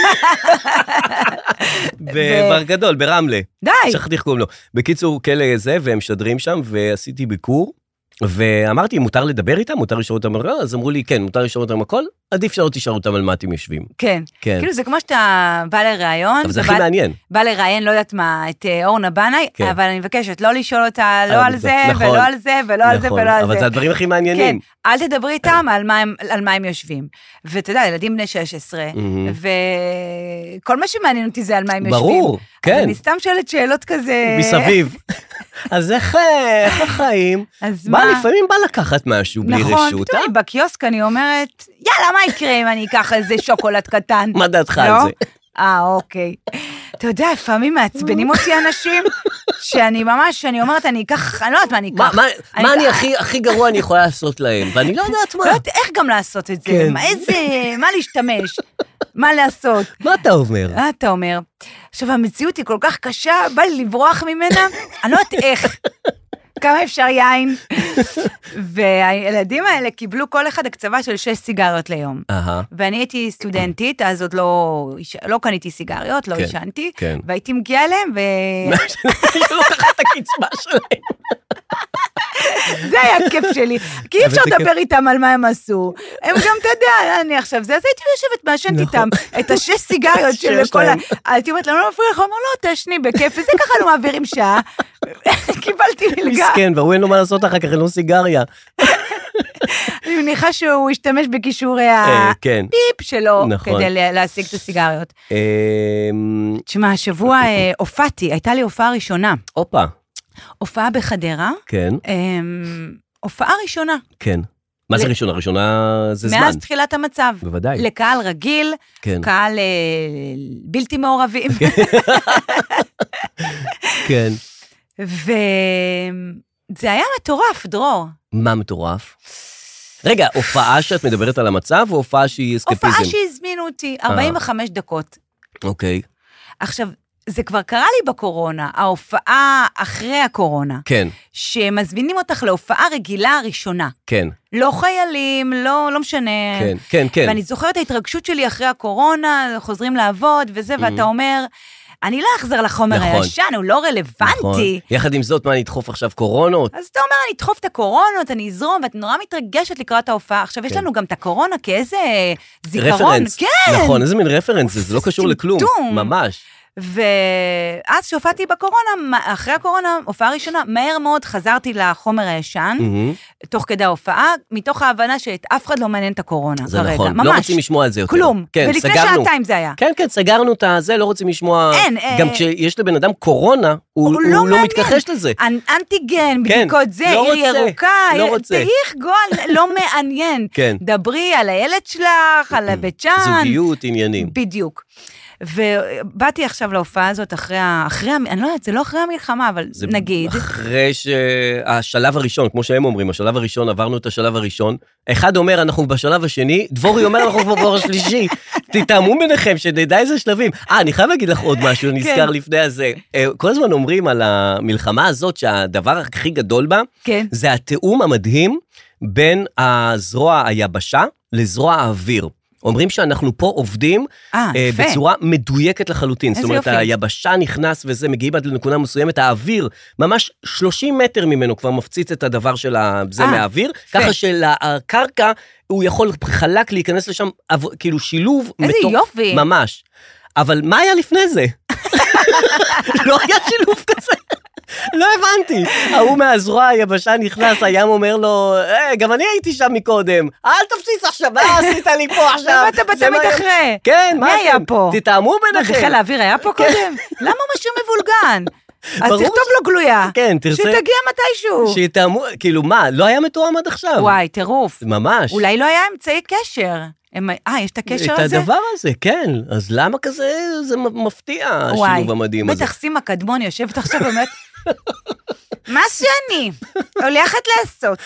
בבר גדול, ברמלה. די. שכחתי איך קוראים לו. בקיצור, כלא זה, והם משדרים שם, ועשיתי ביקור, ואמרתי, מותר לדבר איתם? מותר לשאול אותם על מה? אז אמרו לי, כן, מותר לשאול אותם הכל, עדיף שלא תשאל אותם על מה אתם יושבים. כן. כן. כאילו זה כמו שאתה בא לראיון, אבל זה אתה הכי בא- מעניין. בא לראיין, לא יודעת מה, את אה, אורנה בנאי, כן. אבל אני מבקשת לא לשאול אותה לא על על זה, זה, נכון. ולא על זה, ולא על זה, נכון, ולא על אבל זה. זה הדברים הכי מעניינים. כן, אל תדברי איתם על מה הם, על מה הם יושבים. ואתה יודע, ילדים בני שש עשרה, מהמם. וכל מה שמעניין אותי זה על מה הם יושבים. ברור, אז כן. אני סתם שואלת שאלות כזה... מסביב. אז איך איך החיים? אז מה, מה? לפעמים בא לקחת משהו בלי נכון, רשות, פתאום אה? אני בקיוסק אני אומרת, יאללה, מה יקרה אם אני אקח איזה שוקולד קטן? מה דעתך לא? על זה? אה, אוקיי. אתה יודע, לפעמים מעצבנים אותי אנשים, שאני ממש, אני אומרת, אני אקח, אני לא יודעת מה אני מה- אקח. מה- מה אני אקח- הכי הכי גרוע אני יכולה לעשות להם? ואני לא יודעת מה. לא יודעת איך גם לעשות את זה, כן. מה- איזה, מה להשתמש, מה לעשות. מה אתה אומר? מה אתה אומר? עכשיו, המציאות היא כל כך קשה, בא לי לברוח ממנה, אני לא יודעת איך. כמה אפשר יין? והילדים האלה קיבלו כל אחד הקצבה של שש סיגריות ליום. אהה, ואני הייתי סטודנטית, אז עוד לא, לא קניתי סיגריות, לא כן, עישנתי, כן. והייתי מגיעה אליהם, ו... לא לקחת את הקצבה שלהם. זה היה הכיף שלי, כי אי אפשר אבל זה לדבר איתם על מה הם עשו. הם גם, אתה יודע, אני עכשיו, זה, אז הייתי יושבת, מעשנת איתם את השש סיגריות של שיש כל ה... להם. הייתי אומרת להם, לא מפריע לך, הוא אמר, לא, תשני בכיף, וזה ככה לא מעבירים שעה. קיבלתי מלגה. מסכן, והוא אין לו מה לעשות אחר כך, אין לו סיגריה. אני מניחה שהוא השתמש בכישורי אה, כן. הפיפ שלו, נכון. כדי לה- להשיג את הסיגריות. אמ, תשמע, השבוע אה, הופעתי, הייתה לי הופעה ראשונה. הופה, הופעה בחדרה, כן, אמ, הופעה ראשונה, כן. מה זה ל- ראשונה? ראשונה זה זמן. מאז תחילת המצב. בוודאי. לקהל רגיל, כן. קהל אה, בלתי מעורבים. כן. וזה היה מטורף, דרור. מה מטורף? רגע, הופעה שאת מדברת על המצב, או הופעה שהיא אסקפיזם? הופעה שהזמינו אותי, ארבעים וחמש דקות. אוקיי, עכשיו, זה כבר קרה לי בקורונה, ההופעה אחרי הקורונה, כן, שמזמינים אותך להופעה רגילה ראשונה. כן, לא חיילים, לא, לא משנה. כן, כן, כן. ואני זוכרת את ההתרגשות שלי אחרי הקורונה, חוזרים לעבוד וזה, ואתה אומר, אני לא אחזר לחומר נכון. הישן, הוא לא רלוונטי. נכון. יחד עם זאת, מה, אני אדחוף עכשיו קורונות? אז אתה אומר, אני אדחוף את הקורונות, אני אזרום, ואת נורא מתרגשת לקראת ההופעה. עכשיו, יש כן. לנו גם את הקורונה כאיזה זיכרון. רפרנס. כן. נכון, איזה מין רפרנס, זה, זה לא קשור לכלום. טמטום. ממש. ואז שהופעתי בקורונה, אחרי הקורונה, הופעה ראשונה, מהר מאוד חזרתי לחומר הישן, מהמם. תוך כדי ההופעה, מתוך ההבנה שאת אף אחד לא מעניין את הקורונה זה כרגע. נכון, ממש. לא רוצים לשמוע על זה יותר. כלום. כן, ולפני סגרנו. שעתיים זה היה. כן, כן, סגרנו את הזה, לא רוצים לשמוע... אין, גם אה, כשיש לבן אדם קורונה, הוא, הוא הוא לא לא מעניין. מתכחש לזה. אנ- אנטיגן, כן, בדיקות זה, לא עיר רוצה, ירוקה, לא עיר- רוצה. תהיך גועל, לא מעניין. כן. דברי על הילד שלך, על הבית שאן. זוגיות, עניינים. בדיוק. ובאתי עכשיו להופעה הזאת אחרי, ה- אחרי, ה- אני לא יודעת, זה לא אחרי המלחמה, אבל זה נגיד. אחרי שהשלב הראשון, כמו שהם אומרים, השלב הראשון, עברנו את השלב הראשון. אחד אומר, אנחנו בשלב השני, דבורי אומר, אנחנו כבר בשלישי. תתאמו ביניכם, שנדע איזה שלבים. אה, אני חייב להגיד לך עוד משהו, נזכר לפני הזה. אה, כל הזמן אומרים על המלחמה הזאת, שהדבר הכי גדול בה, כן. זה התיאום המדהים בין הזרוע היבשה לזרוע האוויר. אומרים שאנחנו פה עובדים אה, אה, יפה. בצורה מדויקת לחלוטין. זאת איזה אומרת, יופי. היבשה נכנס וזה, מגיעים עד לנקודה מסוימת, האוויר, ממש שלושים מטר ממנו כבר מפציץ את הדבר של ה- זה אה, מהאוויר, יפה. ככה שלקרקע הוא יכול חלק להיכנס לשם, עב- כאילו שילוב. איזה מתוך- יופי. ממש. אבל מה היה לפני זה? לא היה שילוב כזה. לא הבנתי. ההוא מהזרוע היבשה נכנס, הים אומר לו, אה, גם אני הייתי שם מקודם, אל תפסיס עכשיו, מה עשית לי פה עכשיו? למה אתה זה תמיד מה- אחרי? כן, מי מה היה אתם? פה? תתאמו מה, זה ביניכם. חיל האוויר היה פה קודם? למה משהו מבולגן? אז ברור תכתוב לו גלויה. כן, תרצה- שתגיע מתישהו. שיתאמו, כאילו מה, לא היה מתואם עד עכשיו. וואי, טירוף. ממש. אולי לא היה אמצעי קשר. הם- אה, יש את הקשר את הזה? הדבר הזה, כן. אז למה כזה, זה מפתיע, השילוב המדהים הזה. בטח סימה קדמון יושבת עכשיו באמת, מה שאני הולכת לעשות?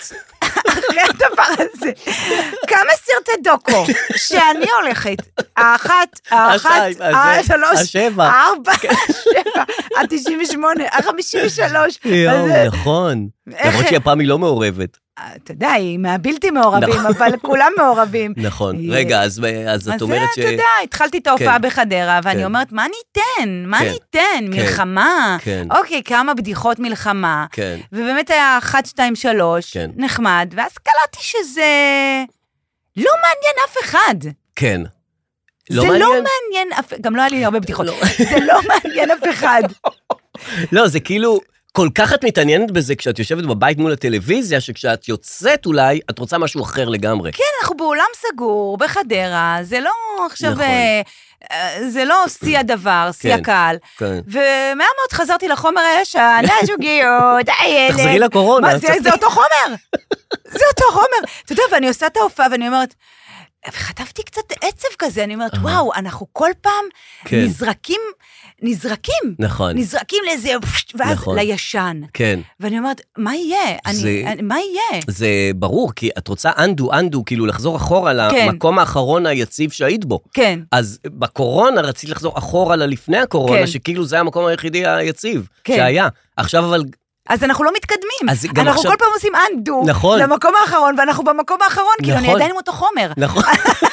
אחרי הדבר הזה, כמה סרטי דוקו שאני הולכת, האחת, האחת, השלוש, השבע, הארבע, השבע, ה-תשעים ושמונה, ה-חמישים ושלוש. יואו, נכון. למרות שהיא הפעם היא לא מעורבת. אתה יודע, היא מהבלתי מעורבים, אבל כולם מעורבים. נכון. רגע, אז את אומרת ש... אז אתה יודע, התחלתי את ההופעה בחדרה, ואני אומרת, מה ניתן? מה ניתן? מלחמה? אוקיי, כמה בדיחות מלחמה. ובאמת היה אחת, שתיים, שלוש, נחמד, ואז קלטתי שזה לא מעניין אף אחד. כן. זה לא מעניין, גם לא היה לי הרבה בדיחות. זה לא מעניין אף אחד. לא, זה כאילו... כל כך את מתעניינת בזה כשאת יושבת בבית מול הטלוויזיה, שכשאת יוצאת אולי, את רוצה משהו אחר לגמרי. כן, אנחנו בעולם סגור, בחדרה, זה לא עכשיו, נכון. זה לא שיא הדבר, שיא כן, הקהל. כן. ומאה מאוד חזרתי לחומר הישן, הזוגיות, הילד. תחזרי לקורונה. מה, זה, זה אותו חומר. זה אותו חומר. אתה יודע, ואני עושה את ההופעה ואני אומרת, וחטפתי קצת עצב כזה, אני אומרת, וואו, אנחנו כל פעם כן. נזרקים, נזרקים, נכון. נזרקים לאיזה, ואז נכון. לישן. כן. ואני אומרת, מה יהיה? זה, אני, אני, מה יהיה? זה ברור, כי את רוצה אנדו, אנדו, כאילו לחזור אחורה כן. למקום האחרון היציב שהיית בו. כן. אז בקורונה רצית לחזור אחורה ללפני הקורונה, כן. שכאילו זה המקום היחידי היציב כן. שהיה. עכשיו אבל... אז אנחנו לא מתקדמים. אנחנו עכשיו... כל פעם עושים אנדו נכון. למקום האחרון, ואנחנו במקום האחרון, נכון. כאילו אני עדיין עם אותו חומר. נכון.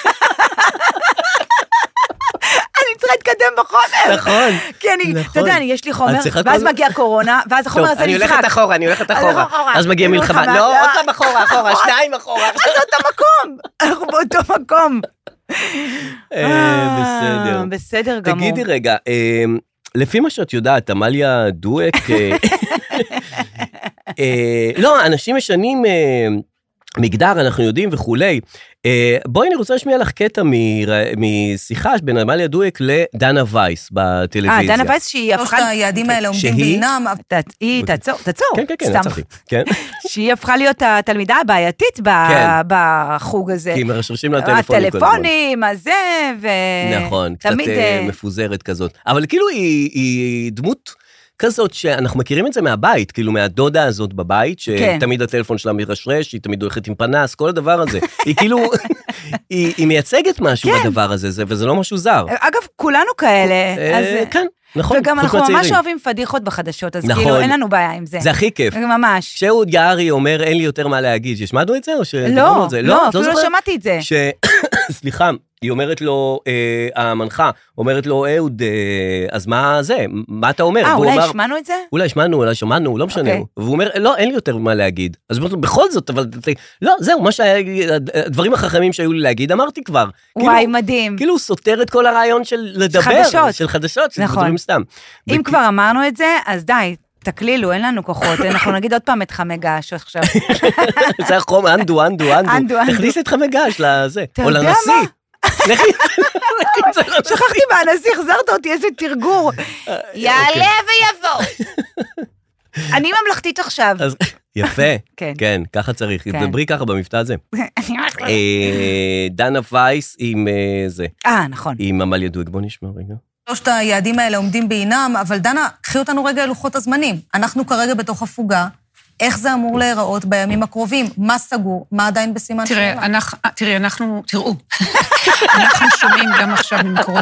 אני צריכה להתקדם בחומר. נכון. כי אני, אתה יודע, יש לי חומר, ואז מגיע קורונה, ואז החומר הזה נזרק. אני הולכת אחורה, אני הולכת אחורה. אז מגיע מלחמה. לא, עוד פעם אחורה, אחורה, שניים אחורה. אז זה אותו מקום. אנחנו באותו מקום. בסדר. בסדר גמור. תגידי רגע, לפי מה שאת יודעת, עמליה דואק, לא, אנשים משנים מגדר, אנחנו יודעים וכולי. בואי, אני רוצה לשמיע לך קטע משיחה בין עמליה דואק לדנה וייס בטלוויזיה. אה, דנה וייס שהיא הפכה... שלושת היעדים האלה עומדים בעינם. היא, תעצור, תעצור. כן, כן, כן, עצרתי. שהיא הפכה להיות התלמידה הבעייתית בחוג הזה. כי מרשרשים לה טלפונים. הטלפונים, הזה, ו... נכון, קצת מפוזרת כזאת. אבל כאילו היא דמות... כזאת שאנחנו מכירים את זה מהבית, כאילו מהדודה הזאת בבית, שתמיד הטלפון שלה מרשרש, היא תמיד הולכת עם פנס, כל הדבר הזה. היא כאילו, היא מייצגת משהו בדבר הזה, וזה לא משהו זר. אגב, כולנו כאלה. כן, נכון. וגם אנחנו ממש אוהבים פדיחות בחדשות, אז כאילו אין לנו בעיה עם זה. זה הכי כיף. ממש. שאהוד יערי אומר, אין לי יותר מה להגיד. השמענו את זה או שדיברנו את זה? לא, אפילו לא שמעתי את זה. סליחה. היא אומרת לו, המנחה, אומרת לו, אהוד, אז מה זה? מה אתה אומר? אה, אולי השמענו את זה? אולי השמענו, אולי שמענו, לא משנה. והוא אומר, לא, אין לי יותר מה להגיד. אז בכל זאת, אבל, לא, זהו, מה שהיה, הדברים החכמים שהיו לי להגיד, אמרתי כבר. וואי, מדהים. כאילו, הוא סותר את כל הרעיון של לדבר. חדשות. של חדשות, של דברים סתם. אם כבר אמרנו את זה, אז די. תקלילו, אין לנו כוחות, אנחנו נגיד עוד פעם את חמי גש עכשיו. זה החום, אנדו, אנדו, אנדו. תכניס את חמי גש לזה. או לנשיא. שכחתי מהנשיא, החזרת אותי איזה תרגור. יעלה ויבוא. אני ממלכתית עכשיו. יפה, כן, ככה צריך. תדברי ככה במבטא הזה. דנה וייס עם זה. אה, נכון. עם עמליה דואק, בוא נשמע רגע. שלושת היעדים האלה עומדים בעינם, אבל דנה, קחי אותנו רגע ללוחות הזמנים. אנחנו כרגע בתוך הפוגה. איך זה אמור להיראות בימים הקרובים? מה סגור? מה עדיין בסימן שאלה? תראה, אנחנו, תראי, אנחנו, תראו, אנחנו שומעים גם עכשיו ממקורות...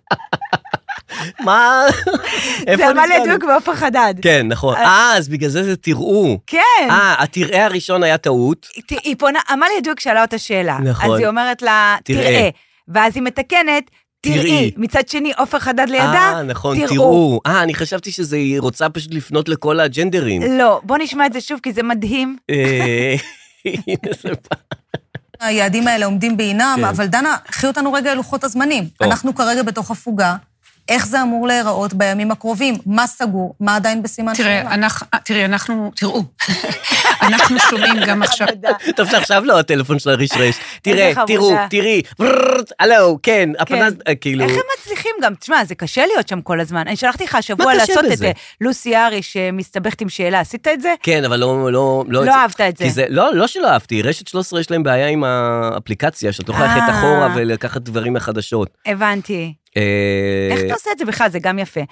מה? זה עמליה דואק באופן חדד. כן, נכון. אה, אז בגלל זה זה תראו. כן. אה, התראה הראשון היה טעות. היא פונה, עמליה דואק שאלה אותה שאלה. נכון. אז היא אומרת לה, תראה. ואז היא מתקנת, תראי, מצד שני, עופר חדד לידה, אה, נכון, תראו. אה, אני חשבתי שזה, היא רוצה פשוט לפנות לכל הג'נדרים. לא, בוא נשמע את זה שוב, כי זה מדהים. הנה זה פעם. היעדים האלה עומדים בעינם, אבל דנה, קחי אותנו רגע ללוחות הזמנים. אנחנו כרגע בתוך הפוגה. איך זה אמור להיראות בימים הקרובים? מה סגור? מה עדיין בסימן שאלה? תראי, אנחנו, תראו, אנחנו שומעים גם עכשיו. טוב שעכשיו לא, הטלפון של הרשרש. תראה, תראו, תראי, הלו, כן, הפנס, כאילו... איך הם מצליחים גם? תשמע, זה קשה להיות שם כל הזמן. אני שלחתי לך השבוע לעשות את זה. לוסי ארי שמסתבכת עם שאלה, עשית את זה? כן, אבל לא... לא אהבת את זה. לא, לא שלא אהבתי. רשת שלוש עשרה יש להם בעיה עם האפליקציה, שאת הולכת אחורה ולקחת דברים מחדשות. הבנתי. איך אתה עושה את זה בכלל? זה גם יפה.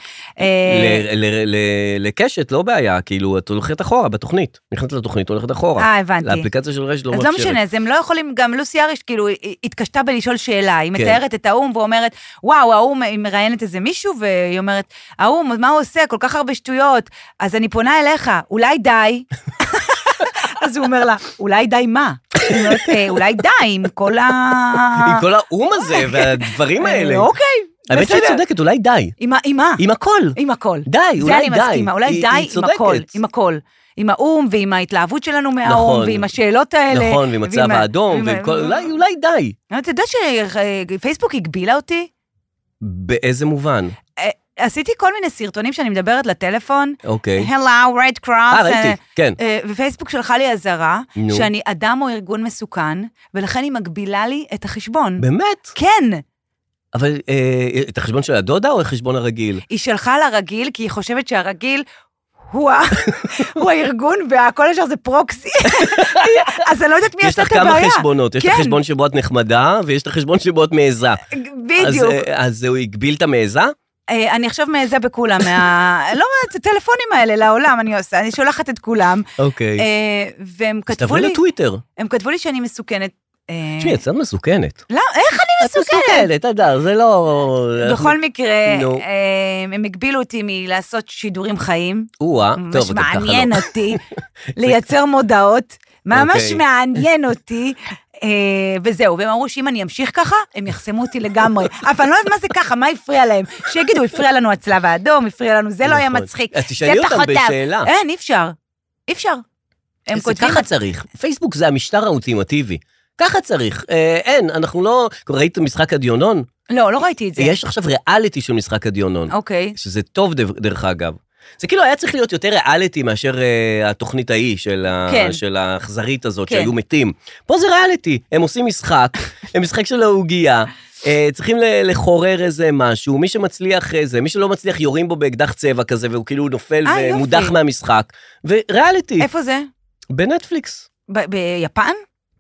לקשת לא בעיה, כאילו, את הולכת אחורה בתוכנית. נכנסת לתוכנית, הולכת אחורה. אה, הבנתי. לאפליקציה של רשת לא מאפשרת. אז לא משנה, אז הם לא יכולים, גם לוסי אריש, כאילו, התקשתה בלשאול שאלה, היא מתארת את האום ואומרת, וואו, האום, היא מראיינת איזה מישהו, והיא אומרת, האום, מה הוא עושה? כל כך הרבה שטויות. אז אני פונה אליך, אולי די. אז הוא אומר לה, אולי די מה? היא אומרת, אולי די עם כל ה... עם כל האום הזה והדברים האלה. אוקיי. האמת שהיא צודקת, אולי די. עם מה? עם הכל. עם הכל. די, אולי די. זה אני מסכימה, אולי די עם הכל. עם הכל. עם האום ועם ההתלהבות שלנו מהאום, ועם השאלות האלה. נכון, ועם הצבע האדום, אולי די. אתה יודע שפייסבוק הגבילה אותי? באיזה מובן? עשיתי כל מיני סרטונים שאני מדברת לטלפון. אוקיי. Hello, red cross. אה, ראיתי, כן. ופייסבוק שלחה לי הזרה, שאני אדם או ארגון מסוכן, ולכן היא מגבילה לי את החשבון. באמת? כן. אבל את החשבון של הדודה או החשבון הרגיל? היא שלחה לרגיל, כי היא חושבת שהרגיל הוא הארגון, והכל השאר זה פרוקסי. אז אני לא יודעת מי עשתה את הבעיה. יש לך כמה חשבונות, יש את החשבון שבו את נחמדה, ויש את החשבון שבו את מעיזה. בדיוק. אז הוא הגביל את המעיזה? אני עכשיו מעיזה בכולם, לא את הטלפונים האלה לעולם אני עושה, אני שולחת את כולם. אוקיי. והם כתבו לי... אז תעברי לטוויטר. הם כתבו לי שאני מסוכנת. תשמעי, את קצת מסוכנת. לא, איך אני מסוכנת? את מסוכנת, אדר, זה לא... בכל מקרה, הם הגבילו אותי מלעשות שידורים חיים. או-אה, טוב, ממש מעניין אותי, לייצר מודעות, ממש מעניין אותי, וזהו, והם אמרו שאם אני אמשיך ככה, הם יחסמו אותי לגמרי. אבל אני לא יודעת מה זה ככה, מה הפריע להם? שיגידו, הפריע לנו הצלב האדום, הפריע לנו, זה לא היה מצחיק. אז תשאלי אותם בשאלה. אין, אי אפשר. אי אפשר. הם כותבים... ככה צריך. פייסבוק זה המשטר האולטימטיבי. ככה צריך. אין, אנחנו לא... ראית משחק הדיונון? לא, לא ראיתי את זה. יש עכשיו ריאליטי של משחק הדיונון. אוקיי. שזה טוב דרך אגב. זה כאילו היה צריך להיות יותר ריאליטי מאשר uh, התוכנית ההיא של, כן. של האכזרית הזאת, כן. שהיו מתים. פה זה ריאליטי, הם עושים משחק, הם משחק של ההוגיה, uh, צריכים לחורר איזה משהו, מי שמצליח איזה, מי שלא מצליח יורים בו באקדח צבע כזה, והוא כאילו נופל 아, ומודח יופי. מהמשחק, וריאליטי. איפה זה? בנטפליקס. ב- ביפן?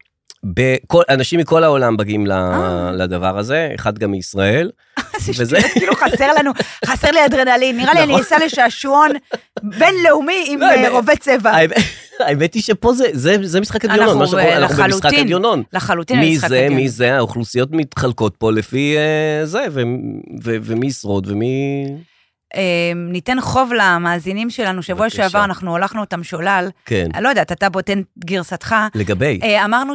בכל, אנשים מכל העולם בגעים לדבר הזה, אחד גם מישראל. וזה כאילו חסר לנו, חסר לי אדרנלין, נראה לי אני אעשה לשעשועון בינלאומי עם רובי צבע. האמת היא שפה זה משחק הדיונון, אנחנו במשחק הדיונון. לחלוטין מי זה, מי זה, האוכלוסיות מתחלקות פה לפי זה, ומי ישרוד ומי... ניתן חוב למאזינים שלנו, שבוע שעבר אנחנו הולכנו אותם שולל, כן. אני לא יודעת, אתה בוא תן גרסתך. לגבי. אמרנו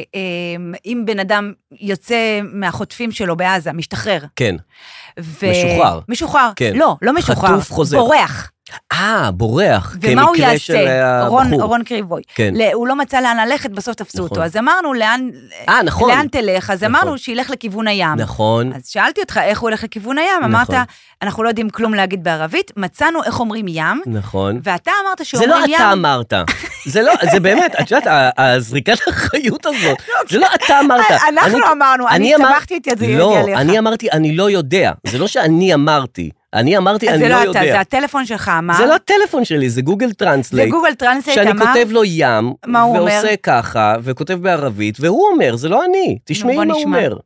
שאם בן אדם יוצא מהחוטפים שלו בעזה, משתחרר. כן. משוחרר. משוחרר. כן. לא, לא משוחרר. חטוף חוזר. בורח. אה, בורח. ומה הוא יעשה? רון, רון קריבוי. כן. הוא לא מצא לאן ללכת, בסוף תפסו נכון. אותו. אז אמרנו, לאן, אה, נכון. לאן תלך? אז נכון. אמרנו שילך לכיוון הים. נכון. אז שאלתי אותך איך הוא הולך לכיוון הים, נכון. אמרת, אנחנו לא יודעים כלום להגיד בערבית, מצאנו איך אומרים ים, נכון. ואתה אמרת שאומרים ים. זה לא אתה אמרת. זה לא, זה באמת, את יודעת, הזריקת האחריות הזאת, זה לא אתה אמרת. אנחנו אמרנו, אני סמכתי את ידי עליך. לא, אני אמרתי, אני לא יודע. זה לא שאני אמרתי. אני אמרתי, אני לא יודע. זה לא אתה, זה הטלפון שלך, אמר. זה לא הטלפון שלי, זה גוגל טרנסלייט. זה גוגל טרנסלייט, אמר. שאני כותב לו ים, ועושה ככה, וכותב בערבית, והוא אומר, זה לא אני. תשמעי מה הוא אומר.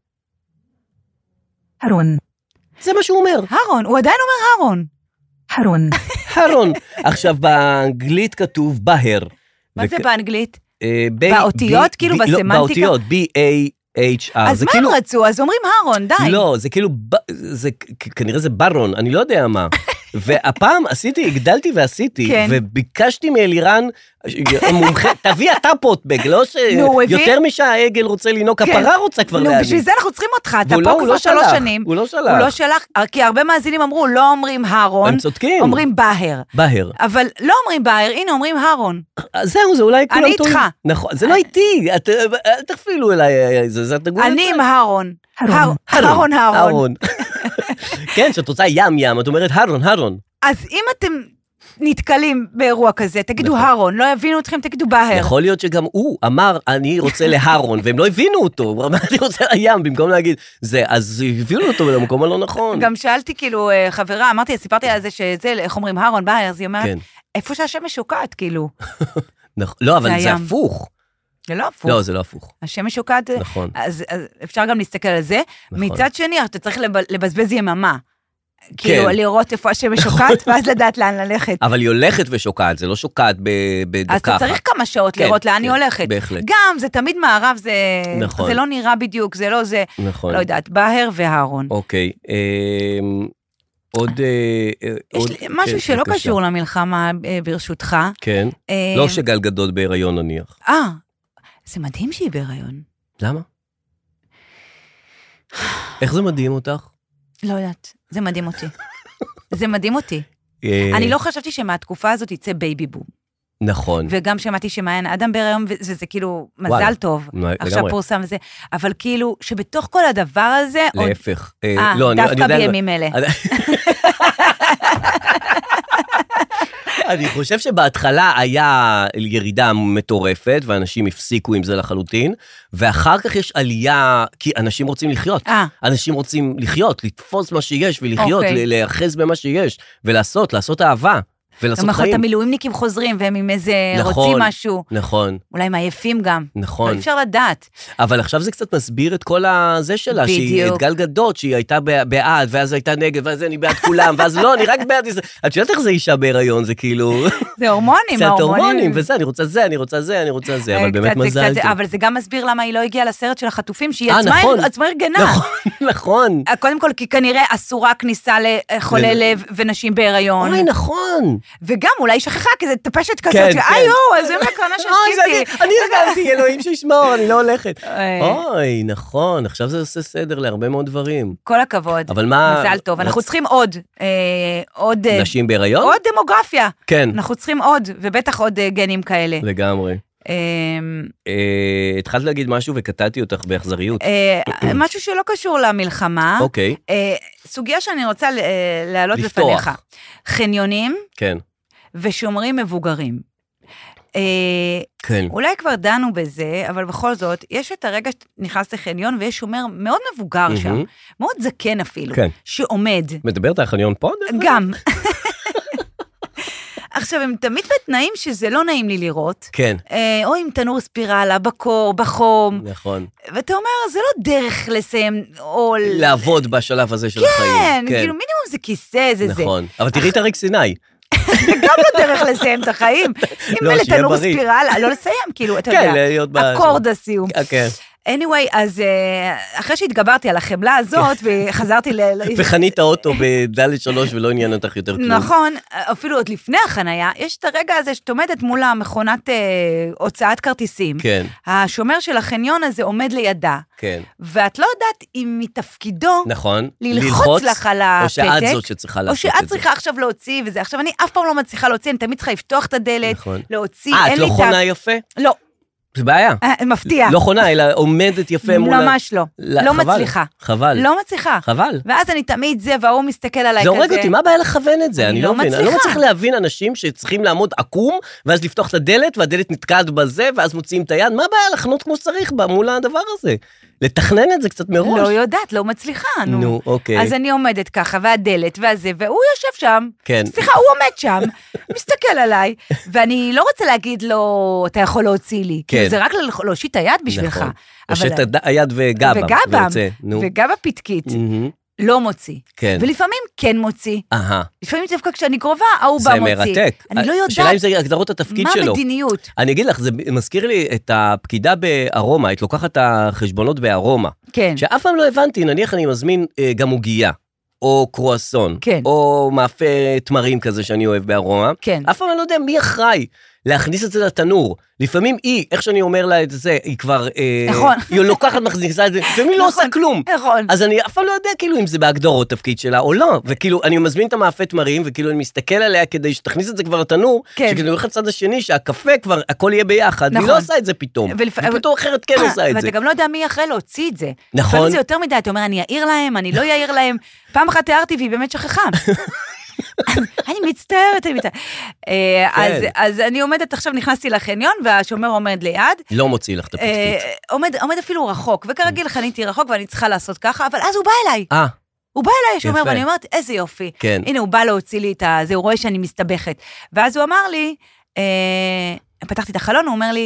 הרון. זה מה שהוא אומר. הרון, הוא עדיין אומר הרון. הרון. הרון. עכשיו, באנגלית כתוב בהר. מה זה באנגלית? באותיות, כאילו בסמנטיקה? באותיות, B-A... אז מה הם רצו? אז אומרים הרון, די. לא, זה כאילו, כנראה זה ברון, אני לא יודע מה. והפעם עשיתי, הגדלתי ועשיתי, וביקשתי מאלירן, תביא אתה פוטבג, לא שיותר משהעגל רוצה לנוק, הפרה רוצה כבר להביא. נו, בשביל זה אנחנו צריכים אותך, אתה פה כבר שלוש שנים. הוא לא שלח. הוא לא שלח, כי הרבה מאזינים אמרו, לא אומרים הרון, הם צודקים. אומרים בהר. בהר. אבל לא אומרים בהר, הנה אומרים הרון. זהו, זה אולי כולם טועים. אני איתך. נכון, זה לא איתי, אל תכפילו אליי, זה תגול. אני עם הרון. הרון, הרון. כן, שאת רוצה ים ים, את אומרת הרון, הרון. אז אם אתם נתקלים באירוע כזה, תגידו הרון, לא הבינו אתכם, תגידו בהר. יכול להיות שגם הוא אמר, אני רוצה להרון, והם לא הבינו אותו, הוא אמר, אני רוצה לים, במקום להגיד, זה, אז הבינו אותו למקום הלא נכון. גם שאלתי כאילו, חברה, אמרתי, סיפרתי על זה שזה, איך אומרים הרון, בהר, אז היא אומרת, איפה שהשמש שוקעת, כאילו. לא, אבל זה הפוך. זה לא הפוך. לא, זה לא הפוך. השמש שוקעת, נכון. אז, אז אפשר גם להסתכל על זה. נכון. מצד שני, אתה צריך לבזבז יממה. כאילו, לראות איפה השמש שוקעת, ואז לדעת לאן ללכת. אבל היא הולכת ושוקעת, זה לא שוקעת בדקה אחת. אז אתה צריך כמה שעות לראות לאן היא הולכת. בהחלט. גם, זה תמיד מערב, זה לא נראה בדיוק, זה לא זה, לא יודעת, בהר והארון. אוקיי, עוד... יש לי משהו שלא קשור למלחמה, ברשותך. כן, לא שגל גדות בהיריון נניח. אה, זה מדהים שהיא בהיריון. למה? איך זה מדהים אותך? לא יודעת, זה מדהים אותי. זה מדהים אותי. אני לא חשבתי שמהתקופה הזאת יצא בייבי בום. נכון. וגם שמעתי שמעיין אדם בהיריון, וזה כאילו מזל טוב. עכשיו פורסם וזה. אבל כאילו, שבתוך כל הדבר הזה... להפך. אה, דווקא בימים אלה. אני חושב שבהתחלה היה ירידה מטורפת, ואנשים הפסיקו עם זה לחלוטין, ואחר כך יש עלייה, כי אנשים רוצים לחיות. אנשים רוצים לחיות, לתפוס מה שיש ולחיות, להיאחז במה שיש, ולעשות, לעשות אהבה. ולעשות חיים. את המילואימניקים חוזרים, והם עם איזה רוצים משהו. נכון. אולי מעייפים גם. נכון. לא אפשר לדעת. אבל עכשיו זה קצת מסביר את כל הזה שלה, שהיא את גל גדות, שהיא הייתה בעד, ואז הייתה נגד, ואז אני בעד כולם, ואז לא, אני רק בעד... את יודעת איך זה אישה בהיריון, זה כאילו... זה הורמונים, קצת הורמונים, וזה, אני רוצה זה, אני רוצה זה, אני רוצה זה, אבל באמת מזל טוב. אבל זה גם מסביר למה היא לא הגיעה לסרט של החטופים, שהיא עצמה ארגנה. נכון. קודם כל, כי כנראה אסורה כניסה לחולי לב ונשים בהיריון. אוי, נכון. וגם אולי שכחה, כי זה טפשת כזאת, איי, אז זה מקרנה שעשיתי. אני הרגלתי, אלוהים שישמור, אני לא הולכת. אוי, נכון, עכשיו זה עושה סדר להרבה מאוד דברים. כל הכבוד. אבל מה... מזל טוב, אנחנו צריכים עוד, עוד... נשים בהיריון? עוד דמוגרפיה. כן. אנחנו צריכים עוד, ובטח עוד גנים כאלה. לגמרי. התחלת להגיד משהו וקטעתי אותך באכזריות. משהו שלא קשור למלחמה. אוקיי. סוגיה שאני רוצה להעלות בפניך. חניונים. כן. ושומרים מבוגרים. כן. אולי כבר דנו בזה, אבל בכל זאת, יש את הרגע שנכנס לחניון, ויש שומר מאוד מבוגר שם, מאוד זקן אפילו, שעומד. מדברת על חניון פה? גם. עכשיו, הם תמיד בתנאים שזה לא נעים לי לראות. כן. או עם תנור ספירלה, בקור, בחום. נכון. ואתה אומר, זה לא דרך לסיים, או... לעבוד בשלב הזה של החיים. כן, כאילו מינימום זה כיסא, זה זה. נכון, אבל תראי את אריק סיני. זה גם לא דרך לסיים את החיים. אם לתנור ספירלה, לא לסיים, כאילו, אתה יודע, אקורד הסיום. כן. anyway, אז אחרי שהתגברתי על החמלה הזאת, וחזרתי ל... וחנית האוטו בדלת שלוש, ולא עניין אותך יותר כלום. נכון, אפילו עוד לפני החנייה, יש את הרגע הזה שאת עומדת מול המכונת הוצאת כרטיסים. כן. השומר של החניון הזה עומד לידה. כן. ואת לא יודעת אם מתפקידו... נכון. ללחוץ לך על הפתק. או שאת זאת שצריכה לעשות את זה. או שאת צריכה עכשיו להוציא וזה. עכשיו, אני אף פעם לא מצליחה להוציא, אני תמיד צריכה לפתוח את הדלת, להוציא. אה, את לא חונה יפה? לא. זה בעיה. מפתיע. לא חונה, אלא עומדת יפה מול... ממש לא. לא מצליחה. חבל. לא מצליחה. חבל. ואז אני תמיד זה, והוא מסתכל עליי כזה. זה הורג אותי, מה הבעיה לכוון את זה? אני לא מבין. אני לא מצליח להבין אנשים שצריכים לעמוד עקום, ואז לפתוח את הדלת, והדלת נתקעת בזה, ואז מוציאים את היד. מה הבעיה לחנות כמו שצריך מול הדבר הזה? לתכנן את זה קצת מראש. לא יודעת, לא מצליחה, נו. נו, אוקיי. אז אני עומדת ככה, והדלת, והזה, והוא יושב שם. כן. סליחה, הוא עומד שם, מסתכל עליי, ואני לא רוצה להגיד לו, אתה יכול להוציא לי. כן. זה רק להושיט היד בשבילך. נכון. להושיט היד וגבם. וגבם, וגבה פתקית. לא מוציא. כן. ולפעמים כן מוציא. אהה. לפעמים דווקא כשאני קרובה, ההוא בא מוציא. זה מרתק. אני לא יודעת. שאלה אם זה הגדרות התפקיד שלו. מה המדיניות? אני אגיד לך, זה מזכיר לי את הפקידה בארומה, את לוקחת את החשבונות בארומה. כן. שאף פעם לא הבנתי, נניח אני מזמין גם עוגיה, או קרואסון, כן. או מאפה תמרים כזה שאני אוהב בארומה. כן. אף פעם אני לא יודע מי אחראי להכניס את זה לתנור. לפעמים היא, איך שאני אומר לה את זה, היא כבר... נכון. היא לוקחת, מכניסה את זה, לפעמים לא עושה כלום. נכון. אז אני אף פעם לא יודע כאילו אם זה בהגדרות תפקיד שלה או לא, וכאילו אני מזמין את המאפה תמרים, וכאילו אני מסתכל עליה כדי שתכניס את זה כבר לתנור, שכאילו הולך לצד השני, שהקפה כבר, הכל יהיה ביחד, והיא לא עושה את זה פתאום. ופתאום אחרת כן עושה את זה. ואתה גם לא יודע מי אחרי להוציא את זה. נכון. לפעמים זה יותר מדי, אתה אומר, אני אעיר להם, אני לא אעיר להם. פעם אחת תיארתי והיא באמת שכחה. אני מצטערת, אני מצטערת. אז אני עומדת, עכשיו נכנסתי לחניון, והשומר עומד ליד. לא מוציא לך את הפתקית. עומד אפילו רחוק, וכרגיל חניתי רחוק, ואני צריכה לעשות ככה, אבל אז הוא בא אליי. אה. הוא בא אליי, השומר, ואני אומרת, איזה יופי. הנה, הוא בא להוציא לי את זה, הוא רואה שאני מסתבכת. ואז הוא אמר לי, פתחתי את החלון, הוא אומר לי,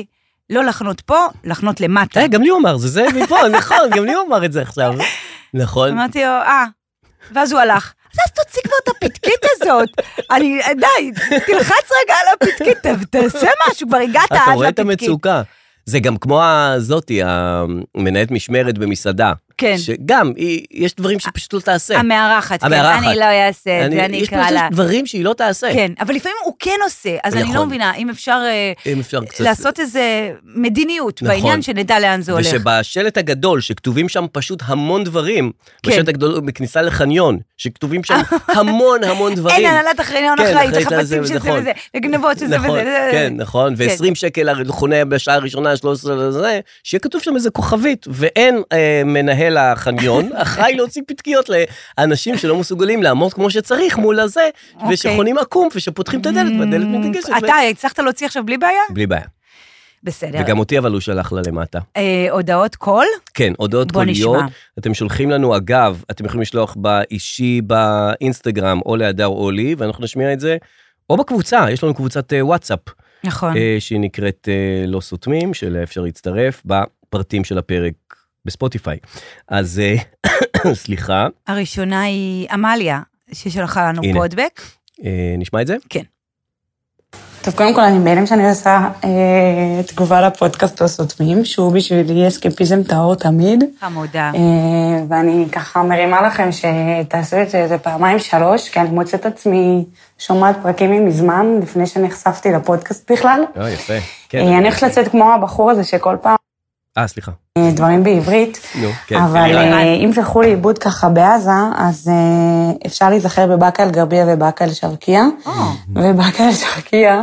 לא לחנות פה, לחנות למטה. אה, גם לי הוא אמר, זה זה מפה, נכון, גם לי הוא אמר את זה עכשיו. נכון. אמרתי לו, אה, ואז הוא הלך. אז תוציא כבר את הפתקית הזאת. אני, די, תלחץ רגע על הפתקית, תעשה משהו, כבר הגעת עד לפתקית. אתה רואה את המצוקה. זה גם כמו הזאתי, המנהלת משמרת במסעדה. כן. שגם, יש דברים שפשוט לא תעשה. המארחת, כן, אני לא אעשה את זה, אני אקרא לה. יש פשוט דברים שהיא לא תעשה. כן, אבל לפעמים הוא כן עושה, אז אני לא מבינה, אם אפשר לעשות איזה מדיניות בעניין שנדע לאן זה הולך. ושבשלט הגדול, שכתובים שם פשוט המון דברים, בשלט הגדול בכניסה לחניון, שכתובים שם המון המון דברים. אין הנהלת החניון אחראית, החפצים שזה וזה, לגנבות שזה וזה. כן, נכון, ו-עשרים שקל חונה בשעה הראשונה, שלוש עשרה לזה, שיהיה כתוב שם איזה כוכבית, ואין מנהל החניון, אחראי להוציא פתקיות לאנשים שלא מסוגלים לעמוד כמו שצריך מול הזה, ושחונים עקום, ושפותחים את הדלת, והדלת מתנגשת. אתה הצלחת להוציא עכשיו בלי בעיה? בלי בעיה. בסדר. וגם אותי אבל הוא שלח לה למטה. הודעות קול? כן, הודעות קוליות. אתם שולחים לנו, אגב, אתם יכולים לשלוח באישי, באינסטגרם, או להדר או לי, ואנחנו נשמיע את זה, או בקבוצה, יש לנו קבוצת וואטסאפ. נכון. שהיא נקראת לא סותמים, שאליה אפשר להצטרף בפרטים של הפרק בספוטיפיי. אז סליחה. הראשונה היא אמליה, ששלחה לנו פודבק. נשמע את זה? כן. טוב, קודם כל אני בהלם שאני עושה אה, תגובה לפודקאסט לא סותמים, שהוא בשבילי אסקפיזם טהור תמיד. חמודה. אה, ואני ככה מרימה לכם שתעשו את זה איזה פעמיים שלוש, כי אני מוצאת עצמי שומעת פרקים מזמן, לפני שנחשפתי לפודקאסט בכלל. אה, יפה. כן, אה, אני הולכת לצאת כמו הבחור הזה שכל פעם... אה, סליחה. דברים בעברית, נו, כן, אבל אם זכו לאיבוד ככה בעזה, אז אפשר להיזכר בבאקה אל גרבייה ובאקה אל שרקייה, ובאקה אל שרקייה,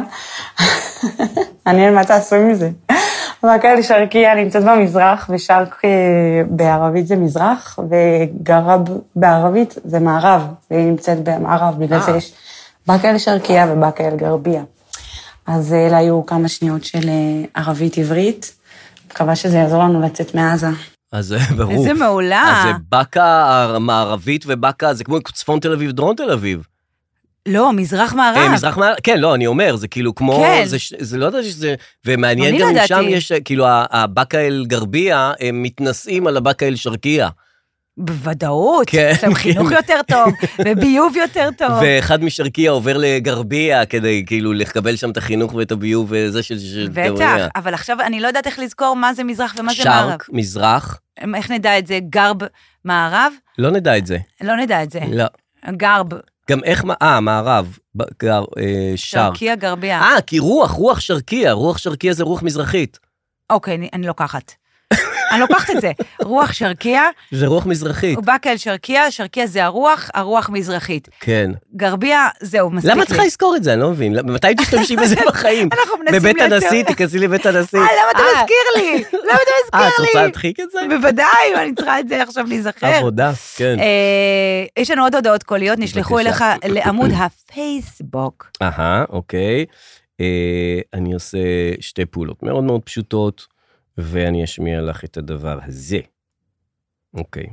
אני אין מה תעשו עם זה, באקה אל שרקייה נמצאת במזרח, ושרק בערבית זה מזרח, וגרב בערבית זה מערב, והיא נמצאת במערב, בגלל זה יש באקה אל שרקייה ובאקה אל גרבייה. אז אלה היו כמה שניות של ערבית עברית, מקווה שזה יעזור לנו לצאת מעזה. אז ברור. איזה מעולה. אז זה בקה המערבית ובקה, זה כמו צפון תל אביב, דרום תל אביב. לא, מזרח מערב. מזרח מערב, כן, לא, אני אומר, זה כאילו כמו, כן. זה, זה לא יודע שזה, ומעניין גם אם שם יש, כאילו, הבקה אל גרבייה, הם מתנסים על הבקה אל שרקייה. בוודאות, כן. שם חינוך יותר טוב, וביוב יותר טוב. ואחד משרקייה עובר לגרבייה, כדי כאילו לקבל שם את החינוך ואת הביוב וזה של גרבייה. בטח, אבל עכשיו אני לא יודעת איך לזכור מה זה מזרח ומה זה מערב. שרק, מזרח. איך נדע את זה? גרב מערב? לא נדע את זה. לא נדע את זה. לא. גרב. גם איך, אה, מערב, גר, אה, שר. שרקייה, גרבייה. אה, כי רוח, רוח שרקייה, רוח שרקייה זה רוח מזרחית. אוקיי, אני, אני לוקחת. אני לוקחת את זה. רוח שרקייה. זה רוח מזרחית. באקה אל שרקייה, שרקייה זה הרוח, הרוח מזרחית. כן. גרבייה, זהו, מספיק לי. למה צריכה לזכור את זה? אני לא מבין. מתי תשתמשי בזה בחיים? אנחנו מנסים בבית הנשיא, תכנסי לבית הנשיא. אה, למה אתה מזכיר לי? למה אתה מזכיר לי? אה, את רוצה להדחיק את זה? בוודאי, אני צריכה את זה עכשיו להיזכר. עבודה, כן. יש לנו עוד הודעות קוליות, נשלחו אליך לעמוד הפייסבוק. אהה, אוקיי. אני עושה שתי פעולות מאוד מאוד פשוטות. ואני אשמיע לך את הדבר הזה. אוקיי.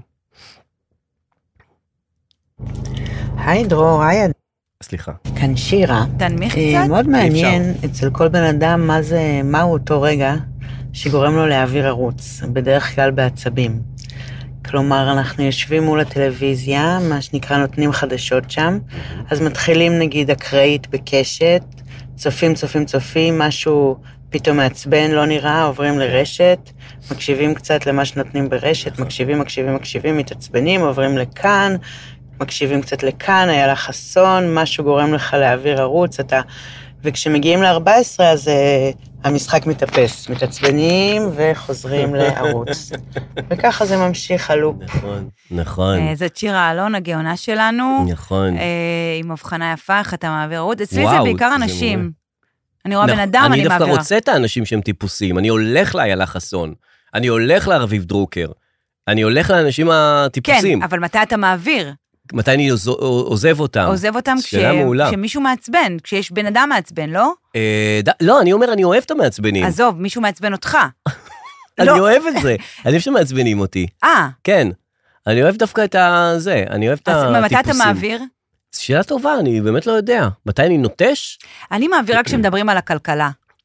היי דרור, היי. סליחה. כאן שירה. תנמיך קצת? מאוד מעניין אצל כל בן אדם מה זה, מהו אותו רגע שגורם לו להעביר ערוץ, בדרך כלל בעצבים. כלומר, אנחנו יושבים מול הטלוויזיה, מה שנקרא נותנים חדשות שם, אז מתחילים נגיד אקראית בקשת, צופים, צופים, צופים, משהו פתאום מעצבן, לא נראה, עוברים לרשת, מקשיבים קצת למה שנותנים ברשת, מקשיבים, מקשיבים, מקשיבים, מתעצבנים, עוברים לכאן, מקשיבים קצת לכאן, היה לך חסון, משהו גורם לך להעביר ערוץ, אתה... וכשמגיעים ל-ארבע עשרה, אז uh, המשחק מתאפס, מתעצבנים וחוזרים לערוץ. וככה זה ממשיך הלופ. נכון, נכון. זאת שירה אלון, הגאונה שלנו. נכון. עם הבחנה יפה, איך אתה מעביר ערוץ. אצלי זה בעיקר אנשים. אני רואה בן אדם, אני מעבירה. אני דווקא רוצה את האנשים שהם טיפוסים, אני הולך לאיילה חסון, אני הולך לרביב דרוקר, אני הולך לאנשים הטיפוסים. כן, אבל מתי אתה מעביר? מתי אני עוזב אותם? עוזב אותם כשמישהו מעצבן, כשיש בן אדם מעצבן, לא? לא, אני אומר, אני אוהב את המעצבנים. עזוב, מישהו מעצבן אותך. אני אוהב את זה, אני אוהב שמעצבנים אותי. אה. כן, אני אוהב דווקא את זה, אני אוהב את הטיפוסים. אז מתי אתה מעביר? שאלה טובה, אני באמת לא יודע. מתי אני נוטש? אני מעבירה כשמדברים על הכלכלה.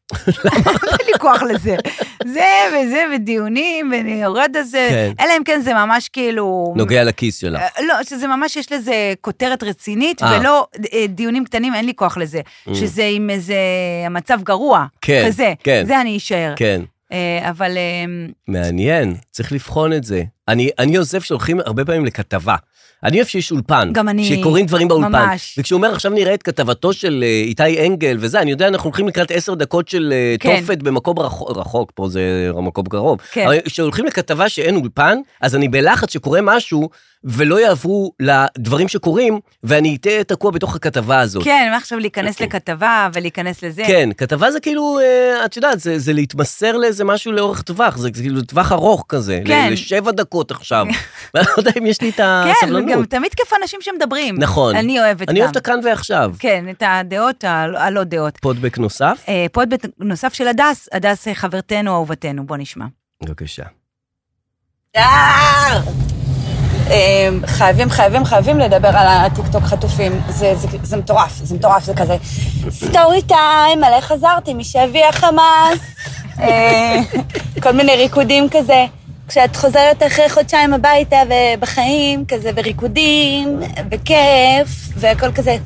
אין לי כוח לזה. זה וזה ודיונים ויורד הזה, אלא אם כן זה ממש כאילו... נוגע לכיס שלך. לא, שזה ממש יש לזה כותרת רצינית, ולא דיונים קטנים, אין לי כוח לזה. שזה עם איזה מצב גרוע, כזה. זה אני אשאר. כן. אבל... מעניין, צריך לבחון את זה. אני יוסף שהולכים הרבה פעמים לכתבה. אני אוהב שיש אולפן, גם אני, שקוראים דברים באולפן. ממש. וכשהוא אומר, עכשיו נראה את כתבתו של איתי אנגל וזה, אני יודע, אנחנו הולכים לקראת עשר דקות של כן. תופת במקום רחוק, רחוק, פה זה מקום קרוב. כן. אבל כשהולכים לכתבה שאין אולפן, אז אני בלחץ שקורה משהו, ולא יעברו לדברים שקורים, ואני אתהיה תקוע בתוך הכתבה הזאת. כן, מה עכשיו להיכנס לכתבה ולהיכנס לזה? כן, כתבה זה כאילו, את יודעת, זה, זה להתמסר לאיזה משהו לאורך טווח, זה כאילו טווח ארוך כזה, כן. לשבע דקות עכשיו. ואני לא יודע אם יש לי את הסבלנות. כן, וגם תמיד כיף אנשים שמדברים. נכון. אני אוהבת אני אוהבת כאן ועכשיו. כן, את הדעות, הלא דעות. פודבק נוסף? פודבק נוסף של הדס, הדס חברתנו, אהובתנו, בוא נשמע. בבקשה. חייבים, חייבים, חייבים לדבר על הטיקטוק חטופים. זה, זה, זה מטורף, זה מטורף, זה כזה. סטורי טיים, מלא חזרתי, משבי החמאס. כל מיני ריקודים כזה. כשאת חוזרת אחרי חודשיים הביתה ובחיים, כזה בריקודים, בכיף, והכל כזה.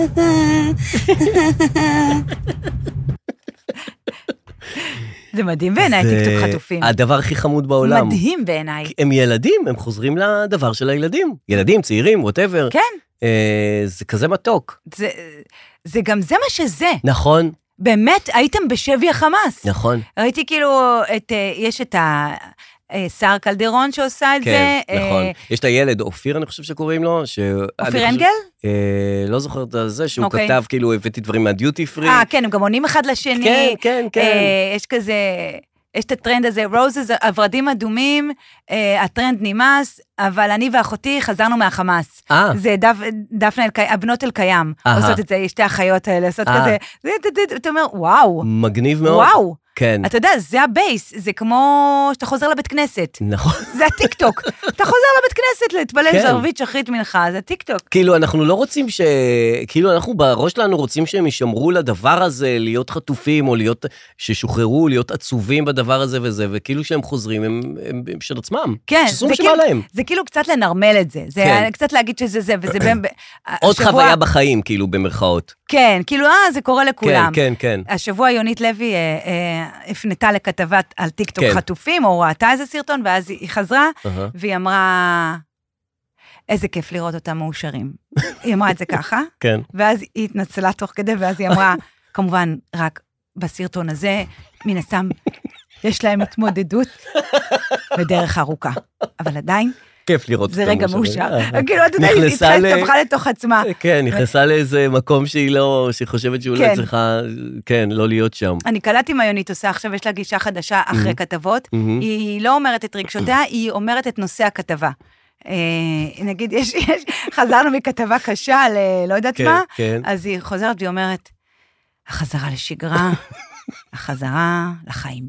זה מדהים בעיניי, טיקטוק חטופים. הדבר הכי חמוד בעולם. מדהים בעיניי. הם ילדים, הם חוזרים לדבר של הילדים. ילדים, צעירים, whatever. כן. זה כזה מתוק. זה, זה גם זה מה שזה. נכון. באמת, הייתם בשבי החמאס. נכון. ראיתי כאילו, את, יש את ה... שר קלדרון שעושה את כן, זה. נכון. יש את הילד, אופיר, אני חושב שקוראים לו. אופיר אנגל? לא זוכר את זה, שהוא כתב, כאילו, הבאתי דברים מהדיוטי פרי. אה, כן, הם גם עונים אחד לשני. כן, כן, כן. יש כזה, יש את הטרנד הזה, רוזז, הורדים אדומים, הטרנד נמאס, אבל אני ואחותי חזרנו מהחמאס. זה דפנה, הבנות אל קיים, עושות את זה, שתי החיות האלה, עושות כזה, אתה אומר, וואו. מגניב מאוד. וואו. כן. אתה יודע, זה הבייס, זה כמו שאתה חוזר לבית כנסת. נכון. זה הטיקטוק. אתה חוזר לבית כנסת להתפלל זרבית שחרית מנחה, זה הטיקטוק. כאילו, אנחנו לא רוצים ש... כאילו, אנחנו בראש שלנו רוצים שהם ישמרו לדבר הזה, להיות חטופים, או להיות... ששוחררו, להיות עצובים בדבר הזה וזה, וכאילו שהם חוזרים, הם, הם, הם של עצמם. כן. שזו משמע להם. זה כאילו קצת לנרמל את זה. זה כן. קצת להגיד שזה זה, וזה בין... עוד השבוע... חוויה בחיים, כאילו, במרכאות. כן, כאילו, אה, זה קורה לכולם. כן, כן, כן. השבוע יונית לוי אה, אה, הפנתה לכתבת על טיקטוק כן. חטופים, או ראתה איזה סרטון, ואז היא חזרה, uh-huh. והיא אמרה, איזה כיף לראות אותם מאושרים. היא אמרה את זה ככה, כן. ואז היא התנצלה תוך כדי, ואז היא אמרה, כמובן, רק בסרטון הזה, מן הסתם, יש להם התמודדות בדרך ארוכה. אבל עדיין, כיף לראות זה רגע מאושר. כאילו, אתה יודע, היא התפתחה לתוך עצמה. כן, נכנסה לאיזה מקום שהיא לא, שהיא חושבת שאולי צריכה, כן, לא להיות שם. אני קלטתי מה יונית עושה, עכשיו יש לה גישה חדשה אחרי כתבות, היא לא אומרת את רגשותיה, היא אומרת את נושא הכתבה. נגיד, חזרנו מכתבה קשה ללא יודעת מה, אז היא חוזרת והיא אומרת, החזרה לשגרה, החזרה לחיים.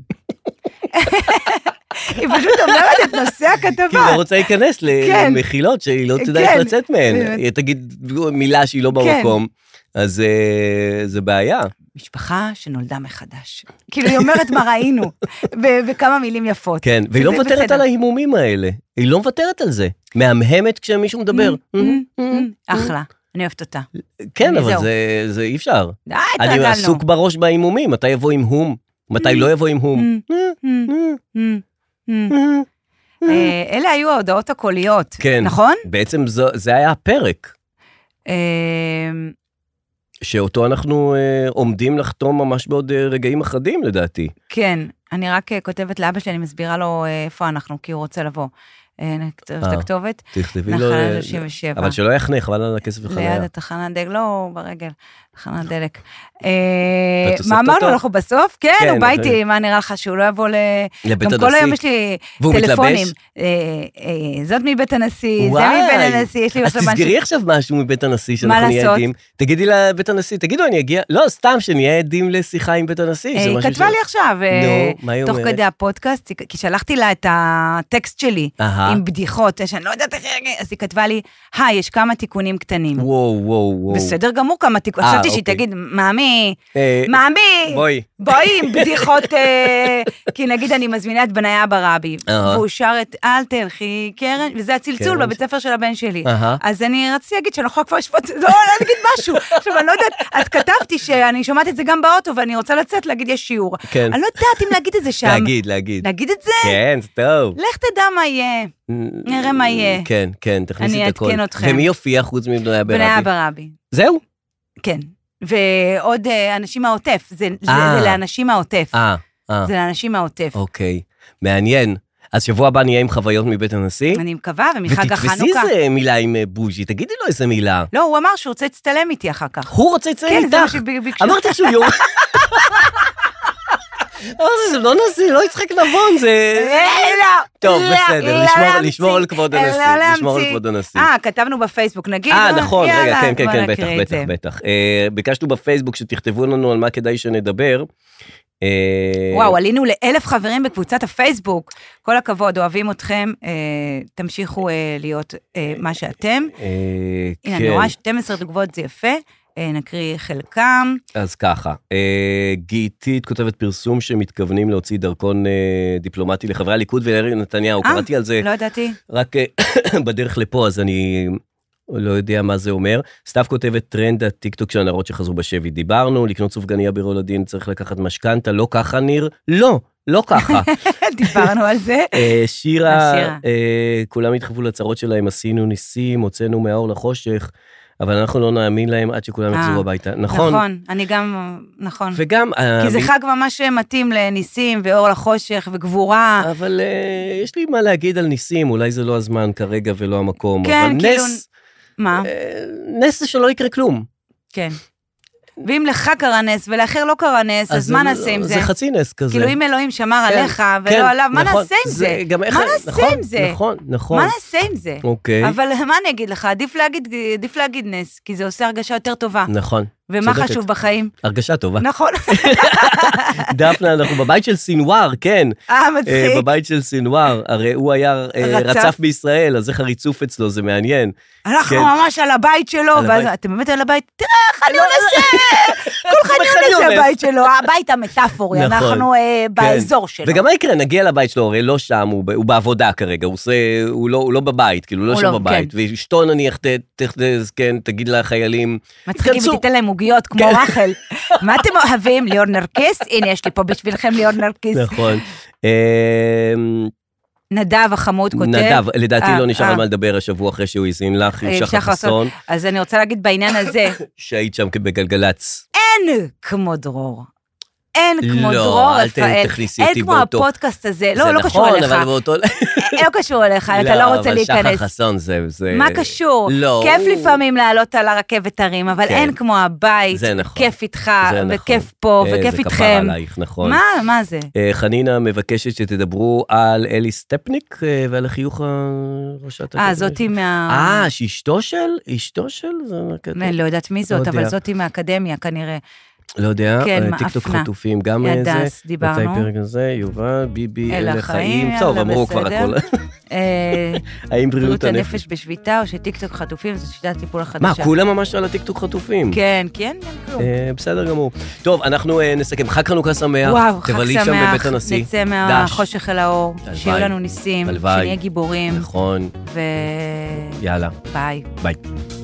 היא פשוט אומרת את נושא הכתבה. כי היא רוצה להיכנס למחילות שהיא לא תדע איך לצאת מהן. היא תגיד מילה שהיא לא במקום, אז זה בעיה. משפחה שנולדה מחדש. כאילו היא אומרת מה ראינו, וכמה מילים יפות. כן, והיא לא מוותרת על ההימומים האלה. היא לא מוותרת על זה. מהמהמת כשמישהו מדבר. אחלה. אני אוהבת אותה. כן, אבל זה אי אפשר. אני עסוק בראש בהימומים. מתי יבוא עם הום? מתי לא יבוא עם הום? אלה היו ההודעות הקוליות, נכון? בעצם זה היה הפרק. שאותו אנחנו עומדים לחתום ממש בעוד רגעים אחדים, לדעתי. כן, אני רק כותבת לאבא שלי, אני מסבירה לו איפה אנחנו, כי הוא רוצה לבוא. את הכתובת, תכתבי לו, אבל שלא יחנה, חבל על הכסף וחניה. ליד התחנה דלק, לא, ברגל, תחנה דלק. מה אמרנו, אנחנו בסוף? כן, הוא בא איתי, מה נראה לך שהוא לא יבוא ל... לבית הנשיא. גם כל היום יש לי טלפונים. זאת מבית הנשיא, זה מבית הנשיא, יש לי... אז תסגרי עכשיו משהו מבית הנשיא, שאנחנו נהיה עדים. תגידי לבית הנשיא, תגידו, אני אגיע, לא, סתם שנהיה עדים לשיחה עם בית הנשיא. היא כתבה לי עכשיו, תוך כדי הפודקאסט, כי שלחתי לה את הטקסט שלי. עם בדיחות, שאני לא יודעת איך... אז היא כתבה לי, היי, יש כמה תיקונים קטנים. וואו, וואו, וואו. בסדר גמור כמה תיקונים. חשבתי שהיא תגיד, מאמי, מאמי, בואי. בואי עם בדיחות, כי נגיד אני מזמינה את בניה ברבי, והוא שר את אל תלכי קרן, וזה הצלצול בבית ספר של הבן שלי. אז אני רציתי להגיד שאני יכולה כבר לשפוט, לא, לא נגיד משהו. עכשיו, אני לא יודעת, אז כתבתי שאני שומעת את זה גם באוטו, ואני רוצה לצאת להגיד יש שיעור. אני לא יודעת אם להגיד את זה שם. להגיד, להגיד. להגיד את זה? כן, זה טוב. לך תדע מה יהיה. נראה מה יהיה. כן, כן, תכניסי את הכל. אני אעדכן אתכם. ומי יופיע חוץ מבניה ברבי? בניה ברבי. זהו? כן. ועוד אנשים מהעוטף. זה לאנשים מהעוטף. אה, אה. זה לאנשים מהעוטף. אוקיי. מעניין. אז שבוע הבא נהיה עם חוויות מבית הנשיא. אני מקווה, ומחג החנוכה. ותתפסי איזה מילה עם בוז'י, תגידי לו איזה מילה. לא, הוא אמר שהוא רוצה להצטלם איתי אחר כך. הוא רוצה להצטלם איתך? כן, זה מה שביקשו. אמרתי שהוא יום... זה לא נשיא, לא יצחק נבון, זה... טוב, בסדר, לשמור על כבוד הנשיא. לשמור על כבוד הנשיא. אה, כתבנו בפייסבוק, נגיד... אה, נכון, רגע, כן, כן, כן, בטח, בטח, בטח. ביקשנו בפייסבוק שתכתבו לנו על מה כדאי שנדבר. וואו, עלינו לאלף חברים בקבוצת הפייסבוק. כל הכבוד, אוהבים אתכם, תמשיכו להיות מה שאתם. הנה, אני רואה שתים עשרה תגובות, זה יפה. נקריא חלקם. אז ככה, גיתית כותבת פרסום שמתכוונים להוציא דרכון דיפלומטי לחברי הליכוד ולארי נתניהו. קראתי על זה. לא ידעתי. רק בדרך לפה, אז אני לא יודע מה זה אומר. סתיו כותבת טרנד הטיקטוק של הנערות שחזרו בשבי. דיברנו, לקנות סופגניה ברולדין, צריך לקחת משכנתה, לא ככה ניר? לא, לא ככה. דיברנו על זה. שירה, כולם התחוו לצרות שלהם, עשינו ניסים, הוצאנו מהאור לחושך, אבל אנחנו לא נאמין להם עד שכולם יחזרו הביתה. נכון. נכון, אני גם, נכון. וגם... כי זה חג ממש מתאים לניסים ואור לחושך וגבורה. אבל יש לי מה להגיד על ניסים, אולי זה לא הזמן כרגע ולא המקום. כן, כאילו... מה? נס זה שלא יקרה כלום. כן. ואם לך קרה נס ולאחר לא קרה נס, אז מה נעשה עם זה? זה חצי נס כזה. כאילו אם אלוהים שמר עליך ולא עליו, מה נעשה עם זה? מה נעשה עם זה? נכון, נכון. מה נעשה עם זה? אוקיי. אבל מה אני אגיד לך? עדיף להגיד נס, כי זה עושה הרגשה יותר טובה. נכון. ומה חשוב בחיים? הרגשה טובה. נכון. דפנה, אנחנו בבית של סינואר, כן. אה, מצחיק. בבית של סינואר, הרי הוא היה רצף בישראל, אז איך הריצוף אצלו, זה מעניין. אנחנו ממש על הבית שלו, ואז אתם באמת על הבית, תראה, חני אונס, כל חני אונס זה הבית שלו, הבית המטאפורי, אנחנו באזור שלו. וגם מה יקרה, נגיע לבית שלו, הרי לא שם, הוא בעבודה כרגע, הוא לא בבית, כאילו, לא שם בבית, ואשתו נניח, תגיד לחיילים, מצחיקים ותיתן להם עוגיות כמו רחל. מה אתם אוהבים? ליאור נרקיס? הנה, יש לי פה בשבילכם ליאור נרקיס. נכון. נדב החמוד כותב. נדב, לדעתי לא נשאר על מה לדבר השבוע אחרי שהוא הזין לך, עם שחר חסון. אז אני רוצה להגיד בעניין הזה. שהיית שם בגלגלץ. אין כמו דרור. אין כמו דרור רפאל, אין כמו הפודקאסט הזה, לא, לא קשור אליך, לא קשור אליך, אתה לא רוצה להיכנס. אבל שחר חסון זה... מה קשור? כיף לפעמים לעלות על הרכבת הרים, אבל אין כמו הבית, כיף איתך, וכיף פה, וכיף איתכם. זה כפר עלייך, נכון. מה, מה זה? חנינה מבקשת שתדברו על אלי סטפניק, ועל החיוך הראשת... אה, זאתי מה... אה, שאשתו של? אשתו של? לא יודעת מי זאת, אבל זאתי מהאקדמיה כנראה. לא יודע, טיקטוק חטופים, גם זה, ידס, דיברנו. מתי פרק הזה, יובל, ביבי, אלה חיים, טוב, אמרו כבר הכל. האם בריאות הנפש? הנפש בשביתה, או שטיקטוק חטופים, זו שיטת טיפול החדשה. מה, כולם ממש על הטיקטוק חטופים? כן, כן, אין כלום. בסדר גמור. טוב, אנחנו נסכם, חג חנוכה שמח, וואו, חג שמח, נצא מהחושך אל האור, שיהיו לנו ניסים, שנהיה גיבורים. נכון. ו... יאללה. ביי. ביי.